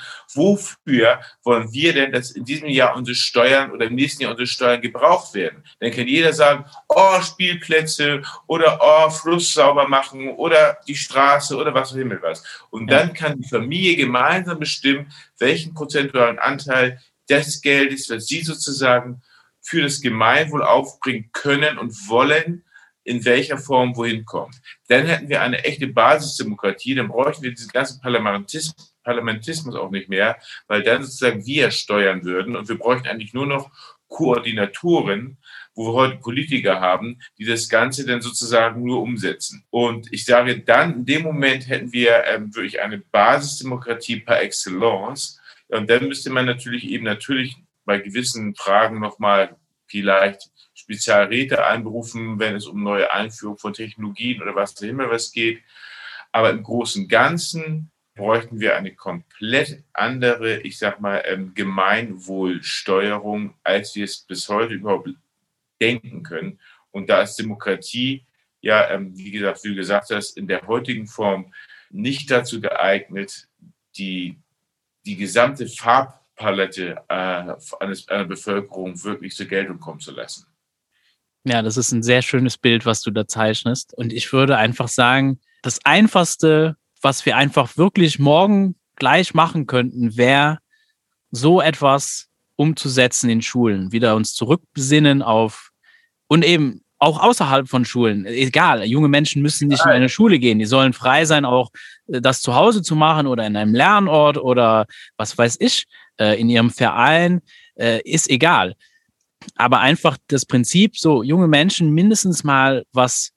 Wofür wollen wir denn, dass in diesem Jahr unsere Steuern oder im nächsten Jahr unsere Steuern gebraucht werden? Dann kann jeder sagen, oh, Spielplätze oder oh, Fluss sauber machen oder die Straße oder was auch immer was. Und dann kann die Familie gemeinsam bestimmen, welchen prozentualen Anteil des Geldes, was sie sozusagen für das Gemeinwohl aufbringen können und wollen, in welcher Form wohin kommt. Dann hätten wir eine echte Basisdemokratie, dann bräuchten wir diesen ganzen Parlamentismus, Parlamentismus auch nicht mehr, weil dann sozusagen wir steuern würden und wir bräuchten eigentlich nur noch Koordinatoren, wo wir heute Politiker haben, die das Ganze dann sozusagen nur umsetzen. Und ich sage dann, in dem Moment hätten wir ähm, wirklich eine Basisdemokratie par excellence. Und dann müsste man natürlich eben natürlich bei gewissen Fragen nochmal vielleicht Spezialräte einberufen, wenn es um neue Einführung von Technologien oder was auch immer was geht. Aber im Großen und Ganzen bräuchten wir eine komplett andere, ich sag mal, ähm, Gemeinwohlsteuerung, als wir es bis heute überhaupt denken können. Und da ist Demokratie, ja, ähm, wie gesagt, wie du gesagt hast, in der heutigen Form nicht dazu geeignet, die, die gesamte Farb Palette äh, eines, einer Bevölkerung wirklich zur Geltung kommen zu lassen. Ja, das ist ein sehr schönes Bild, was du da zeichnest. Und ich würde einfach sagen, das Einfachste, was wir einfach wirklich morgen gleich machen könnten, wäre, so etwas umzusetzen in Schulen. Wieder uns zurückbesinnen auf, und eben auch außerhalb von Schulen. Egal, junge Menschen müssen nicht in eine Schule gehen. Die sollen frei sein, auch das zu Hause zu machen oder in einem Lernort oder was weiß ich, in ihrem Verein, ist egal. Aber einfach das Prinzip, so junge Menschen mindestens mal, was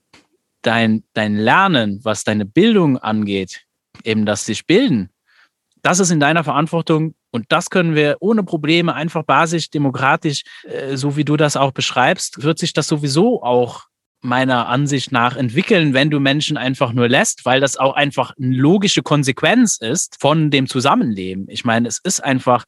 dein, dein Lernen, was deine Bildung angeht, eben das sich bilden, das ist in deiner Verantwortung und das können wir ohne Probleme einfach basisch, demokratisch, so wie du das auch beschreibst, wird sich das sowieso auch meiner Ansicht nach entwickeln, wenn du Menschen einfach nur lässt, weil das auch einfach eine logische Konsequenz ist von dem Zusammenleben. Ich meine, es ist einfach,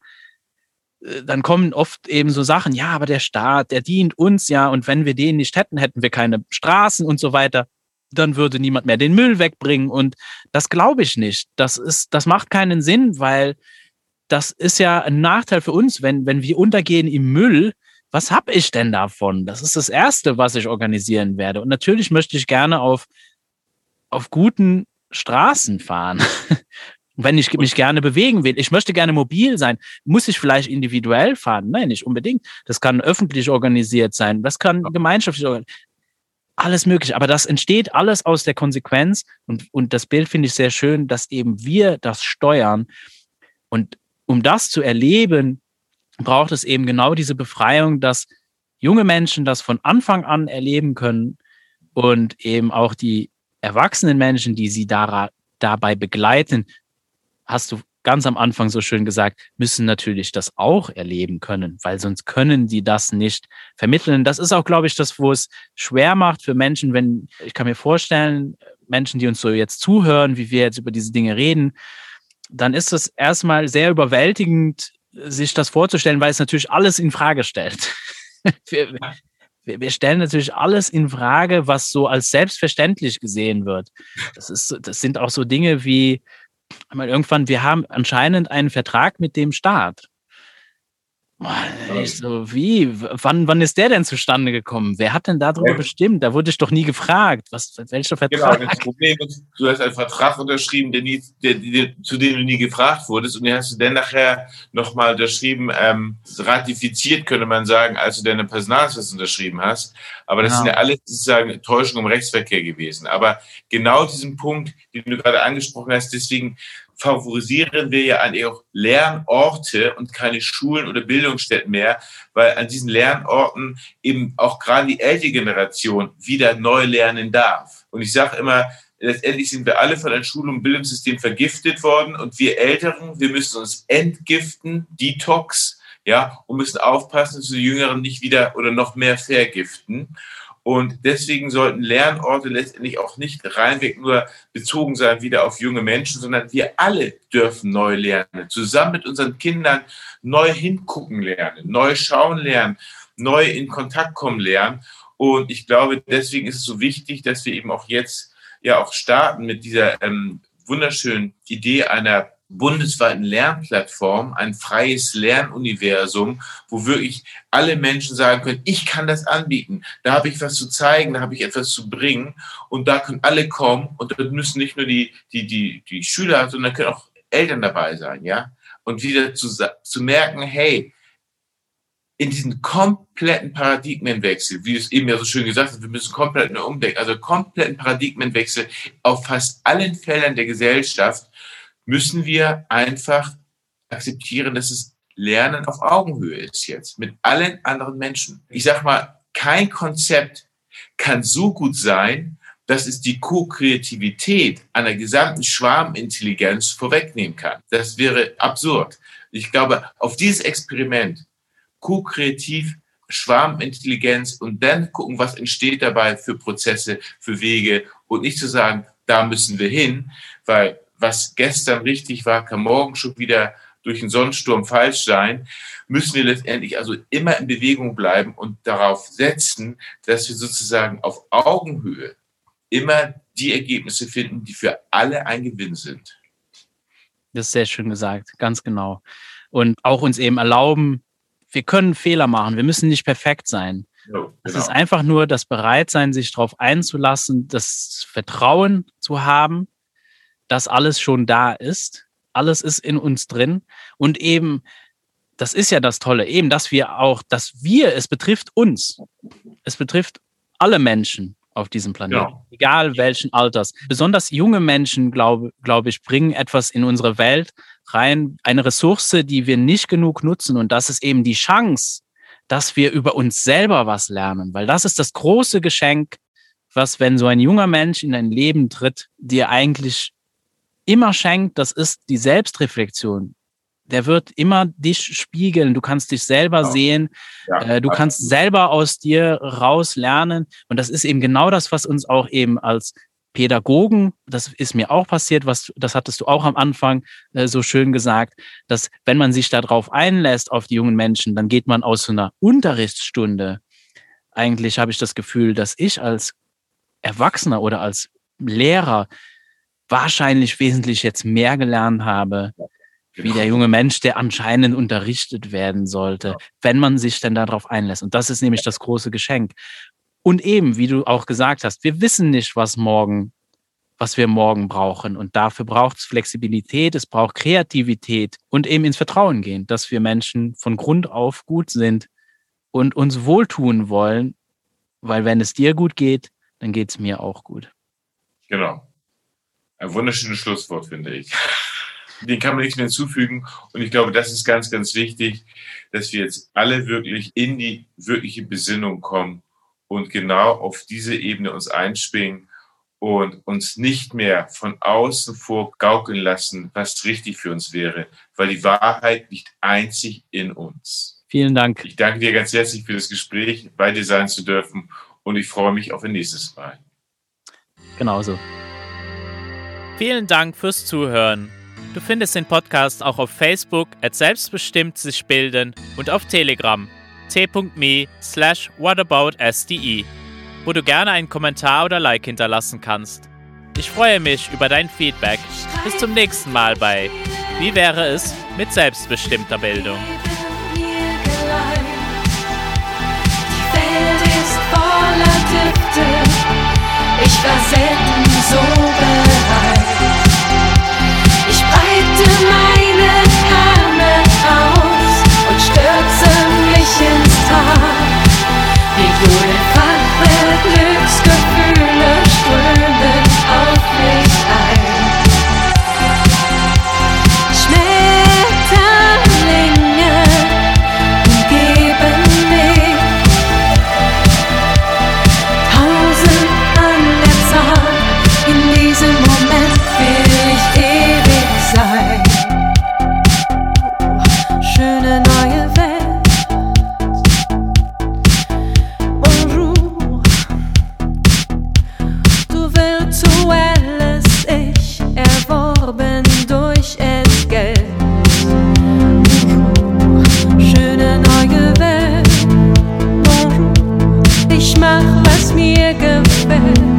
dann kommen oft eben so Sachen, ja, aber der Staat, der dient uns ja und wenn wir den nicht hätten, hätten wir keine Straßen und so weiter, dann würde niemand mehr den Müll wegbringen und das glaube ich nicht. Das ist, das macht keinen Sinn, weil das ist ja ein Nachteil für uns, wenn, wenn wir untergehen im Müll. Was habe ich denn davon? Das ist das Erste, was ich organisieren werde. Und natürlich möchte ich gerne auf, auf guten Straßen fahren, wenn ich mich gerne bewegen will. Ich möchte gerne mobil sein. Muss ich vielleicht individuell fahren? Nein, nicht unbedingt. Das kann öffentlich organisiert sein. Das kann gemeinschaftlich organisiert sein. Alles möglich. Aber das entsteht alles aus der Konsequenz. Und, und das Bild finde ich sehr schön, dass eben wir das steuern. Und um das zu erleben, braucht es eben genau diese Befreiung, dass junge Menschen das von Anfang an erleben können und eben auch die erwachsenen Menschen, die sie da, dabei begleiten, hast du ganz am Anfang so schön gesagt, müssen natürlich das auch erleben können, weil sonst können die das nicht vermitteln. Das ist auch, glaube ich, das, wo es schwer macht für Menschen, wenn, ich kann mir vorstellen, Menschen, die uns so jetzt zuhören, wie wir jetzt über diese Dinge reden, dann ist es erstmal sehr überwältigend, sich das vorzustellen, weil es natürlich alles in Frage stellt. wir, wir stellen natürlich alles in Frage, was so als selbstverständlich gesehen wird. Das ist, das sind auch so Dinge wie, einmal irgendwann, wir haben anscheinend einen Vertrag mit dem Staat. Ich so, wie? Wann, wann ist der denn zustande gekommen? Wer hat denn darüber ja. bestimmt? Da wurde ich doch nie gefragt. Was, welcher Vertrag? Genau, das Problem ist, du hast einen Vertrag unterschrieben, der nie, der, der, zu dem du nie gefragt wurdest, und den hast du dann nachher nochmal unterschrieben, ähm, ratifiziert, könnte man sagen, als du deine Personalausweis unterschrieben hast. Aber das ja. sind ja alles sozusagen Täuschungen im Rechtsverkehr gewesen. Aber genau diesen Punkt, den du gerade angesprochen hast, deswegen favorisieren wir ja eigentlich auch Lernorte und keine Schulen oder Bildungsstätten mehr, weil an diesen Lernorten eben auch gerade die ältere Generation wieder neu lernen darf. Und ich sage immer, letztendlich sind wir alle von einem Schul- und Bildungssystem vergiftet worden, und wir Älteren, wir müssen uns entgiften, Detox, ja, und müssen aufpassen, dass die Jüngeren nicht wieder oder noch mehr vergiften. Und deswegen sollten Lernorte letztendlich auch nicht reinweg nur bezogen sein wieder auf junge Menschen, sondern wir alle dürfen neu lernen, zusammen mit unseren Kindern neu hingucken lernen, neu schauen lernen, neu in Kontakt kommen lernen. Und ich glaube, deswegen ist es so wichtig, dass wir eben auch jetzt ja auch starten mit dieser ähm, wunderschönen Idee einer bundesweiten Lernplattform, ein freies Lernuniversum, wo wirklich alle Menschen sagen können, ich kann das anbieten, da habe ich was zu zeigen, da habe ich etwas zu bringen, und da können alle kommen, und dort müssen nicht nur die, die, die, die Schüler, sondern können auch Eltern dabei sein, ja, und wieder zu, zu merken, hey, in diesen kompletten Paradigmenwechsel, wie du es eben ja so schön gesagt hast, wir müssen komplett neu umdenken, also kompletten Paradigmenwechsel auf fast allen Feldern der Gesellschaft, müssen wir einfach akzeptieren, dass es Lernen auf Augenhöhe ist jetzt mit allen anderen Menschen. Ich sag mal, kein Konzept kann so gut sein, dass es die Co-Kreativität einer gesamten Schwarmintelligenz vorwegnehmen kann. Das wäre absurd. Ich glaube, auf dieses Experiment, Co-Kreativ, Schwarmintelligenz, und dann gucken, was entsteht dabei für Prozesse, für Wege, und nicht zu sagen, da müssen wir hin, weil was gestern richtig war, kann morgen schon wieder durch einen Sonnensturm falsch sein, müssen wir letztendlich also immer in Bewegung bleiben und darauf setzen, dass wir sozusagen auf Augenhöhe immer die Ergebnisse finden, die für alle ein Gewinn sind. Das ist sehr schön gesagt, ganz genau. Und auch uns eben erlauben, wir können Fehler machen, wir müssen nicht perfekt sein. Jo, es genau. ist einfach nur das Bereitsein, sich darauf einzulassen, das Vertrauen zu haben, dass alles schon da ist, alles ist in uns drin, und eben, das ist ja das Tolle, eben, dass wir auch, dass wir, es betrifft uns, es betrifft alle Menschen auf diesem Planeten, ja. Egal welchen Alters. Besonders junge Menschen, glaube glaube ich, bringen etwas in unsere Welt rein, eine Ressource, die wir nicht genug nutzen, und das ist eben die Chance, dass wir über uns selber was lernen, weil das ist das große Geschenk, was, wenn so ein junger Mensch in dein Leben tritt, dir eigentlich immer schenkt, das ist die Selbstreflexion. Der wird immer dich spiegeln. Du kannst dich selber ja. sehen. Ja, äh, du kannst absolut. selber aus dir raus lernen. Und das ist eben genau das, was uns auch eben als Pädagogen, das ist mir auch passiert, was, das hattest du auch am Anfang äh, so schön gesagt, dass wenn man sich darauf einlässt, auf die jungen Menschen, dann geht man aus so einer Unterrichtsstunde. Eigentlich habe ich das Gefühl, dass ich als Erwachsener oder als Lehrer wahrscheinlich wesentlich jetzt mehr gelernt habe, ja, genau. wie der junge Mensch, der anscheinend unterrichtet werden sollte, ja. wenn man sich denn darauf einlässt. Und das ist nämlich das große Geschenk. Und eben, wie du auch gesagt hast, wir wissen nicht, was morgen, was wir morgen brauchen. Und dafür braucht es Flexibilität, es braucht Kreativität und eben ins Vertrauen gehen, dass wir Menschen von Grund auf gut sind und uns wohltun wollen, weil wenn es dir gut geht, dann geht es mir auch gut. Genau. Ein wunderschönes Schlusswort, finde ich. Den kann man nichts mehr hinzufügen. Und ich glaube, das ist ganz, ganz wichtig, dass wir jetzt alle wirklich in die wirkliche Besinnung kommen und genau auf diese Ebene uns einspringen und uns nicht mehr von außen vorgaukeln lassen, was richtig für uns wäre, weil die Wahrheit liegt einzig in uns. Vielen Dank. Ich danke dir ganz herzlich für das Gespräch, bei dir sein zu dürfen und ich freue mich auf ein nächstes Mal. Genauso. Vielen Dank fürs Zuhören. Du findest den Podcast auch auf Facebook at selbstbestimmt sich bilden und auf Telegram t.me slash whataboutsde, wo du gerne einen Kommentar oder Like hinterlassen kannst. Ich freue mich über dein Feedback. Bis zum nächsten Mal bei Wie wäre es mit selbstbestimmter Bildung? Die Welt ist voller Düfte, ich war selten so bereit. Ich breite meine Arme aus und stürze mich ins Tal. Wie Jodelfache Glücksgefühle strömen auf mich ein. Schmetterlinge umgeben mich, tausend an der Zahl. In diesem Moment will ich ewig sein. Schöne neue Welt. Bonjour. Du virtuelles Ich, erworben durch Entgelt. Schöne neue Welt. Bonjour. Ich mach, was mir gefällt.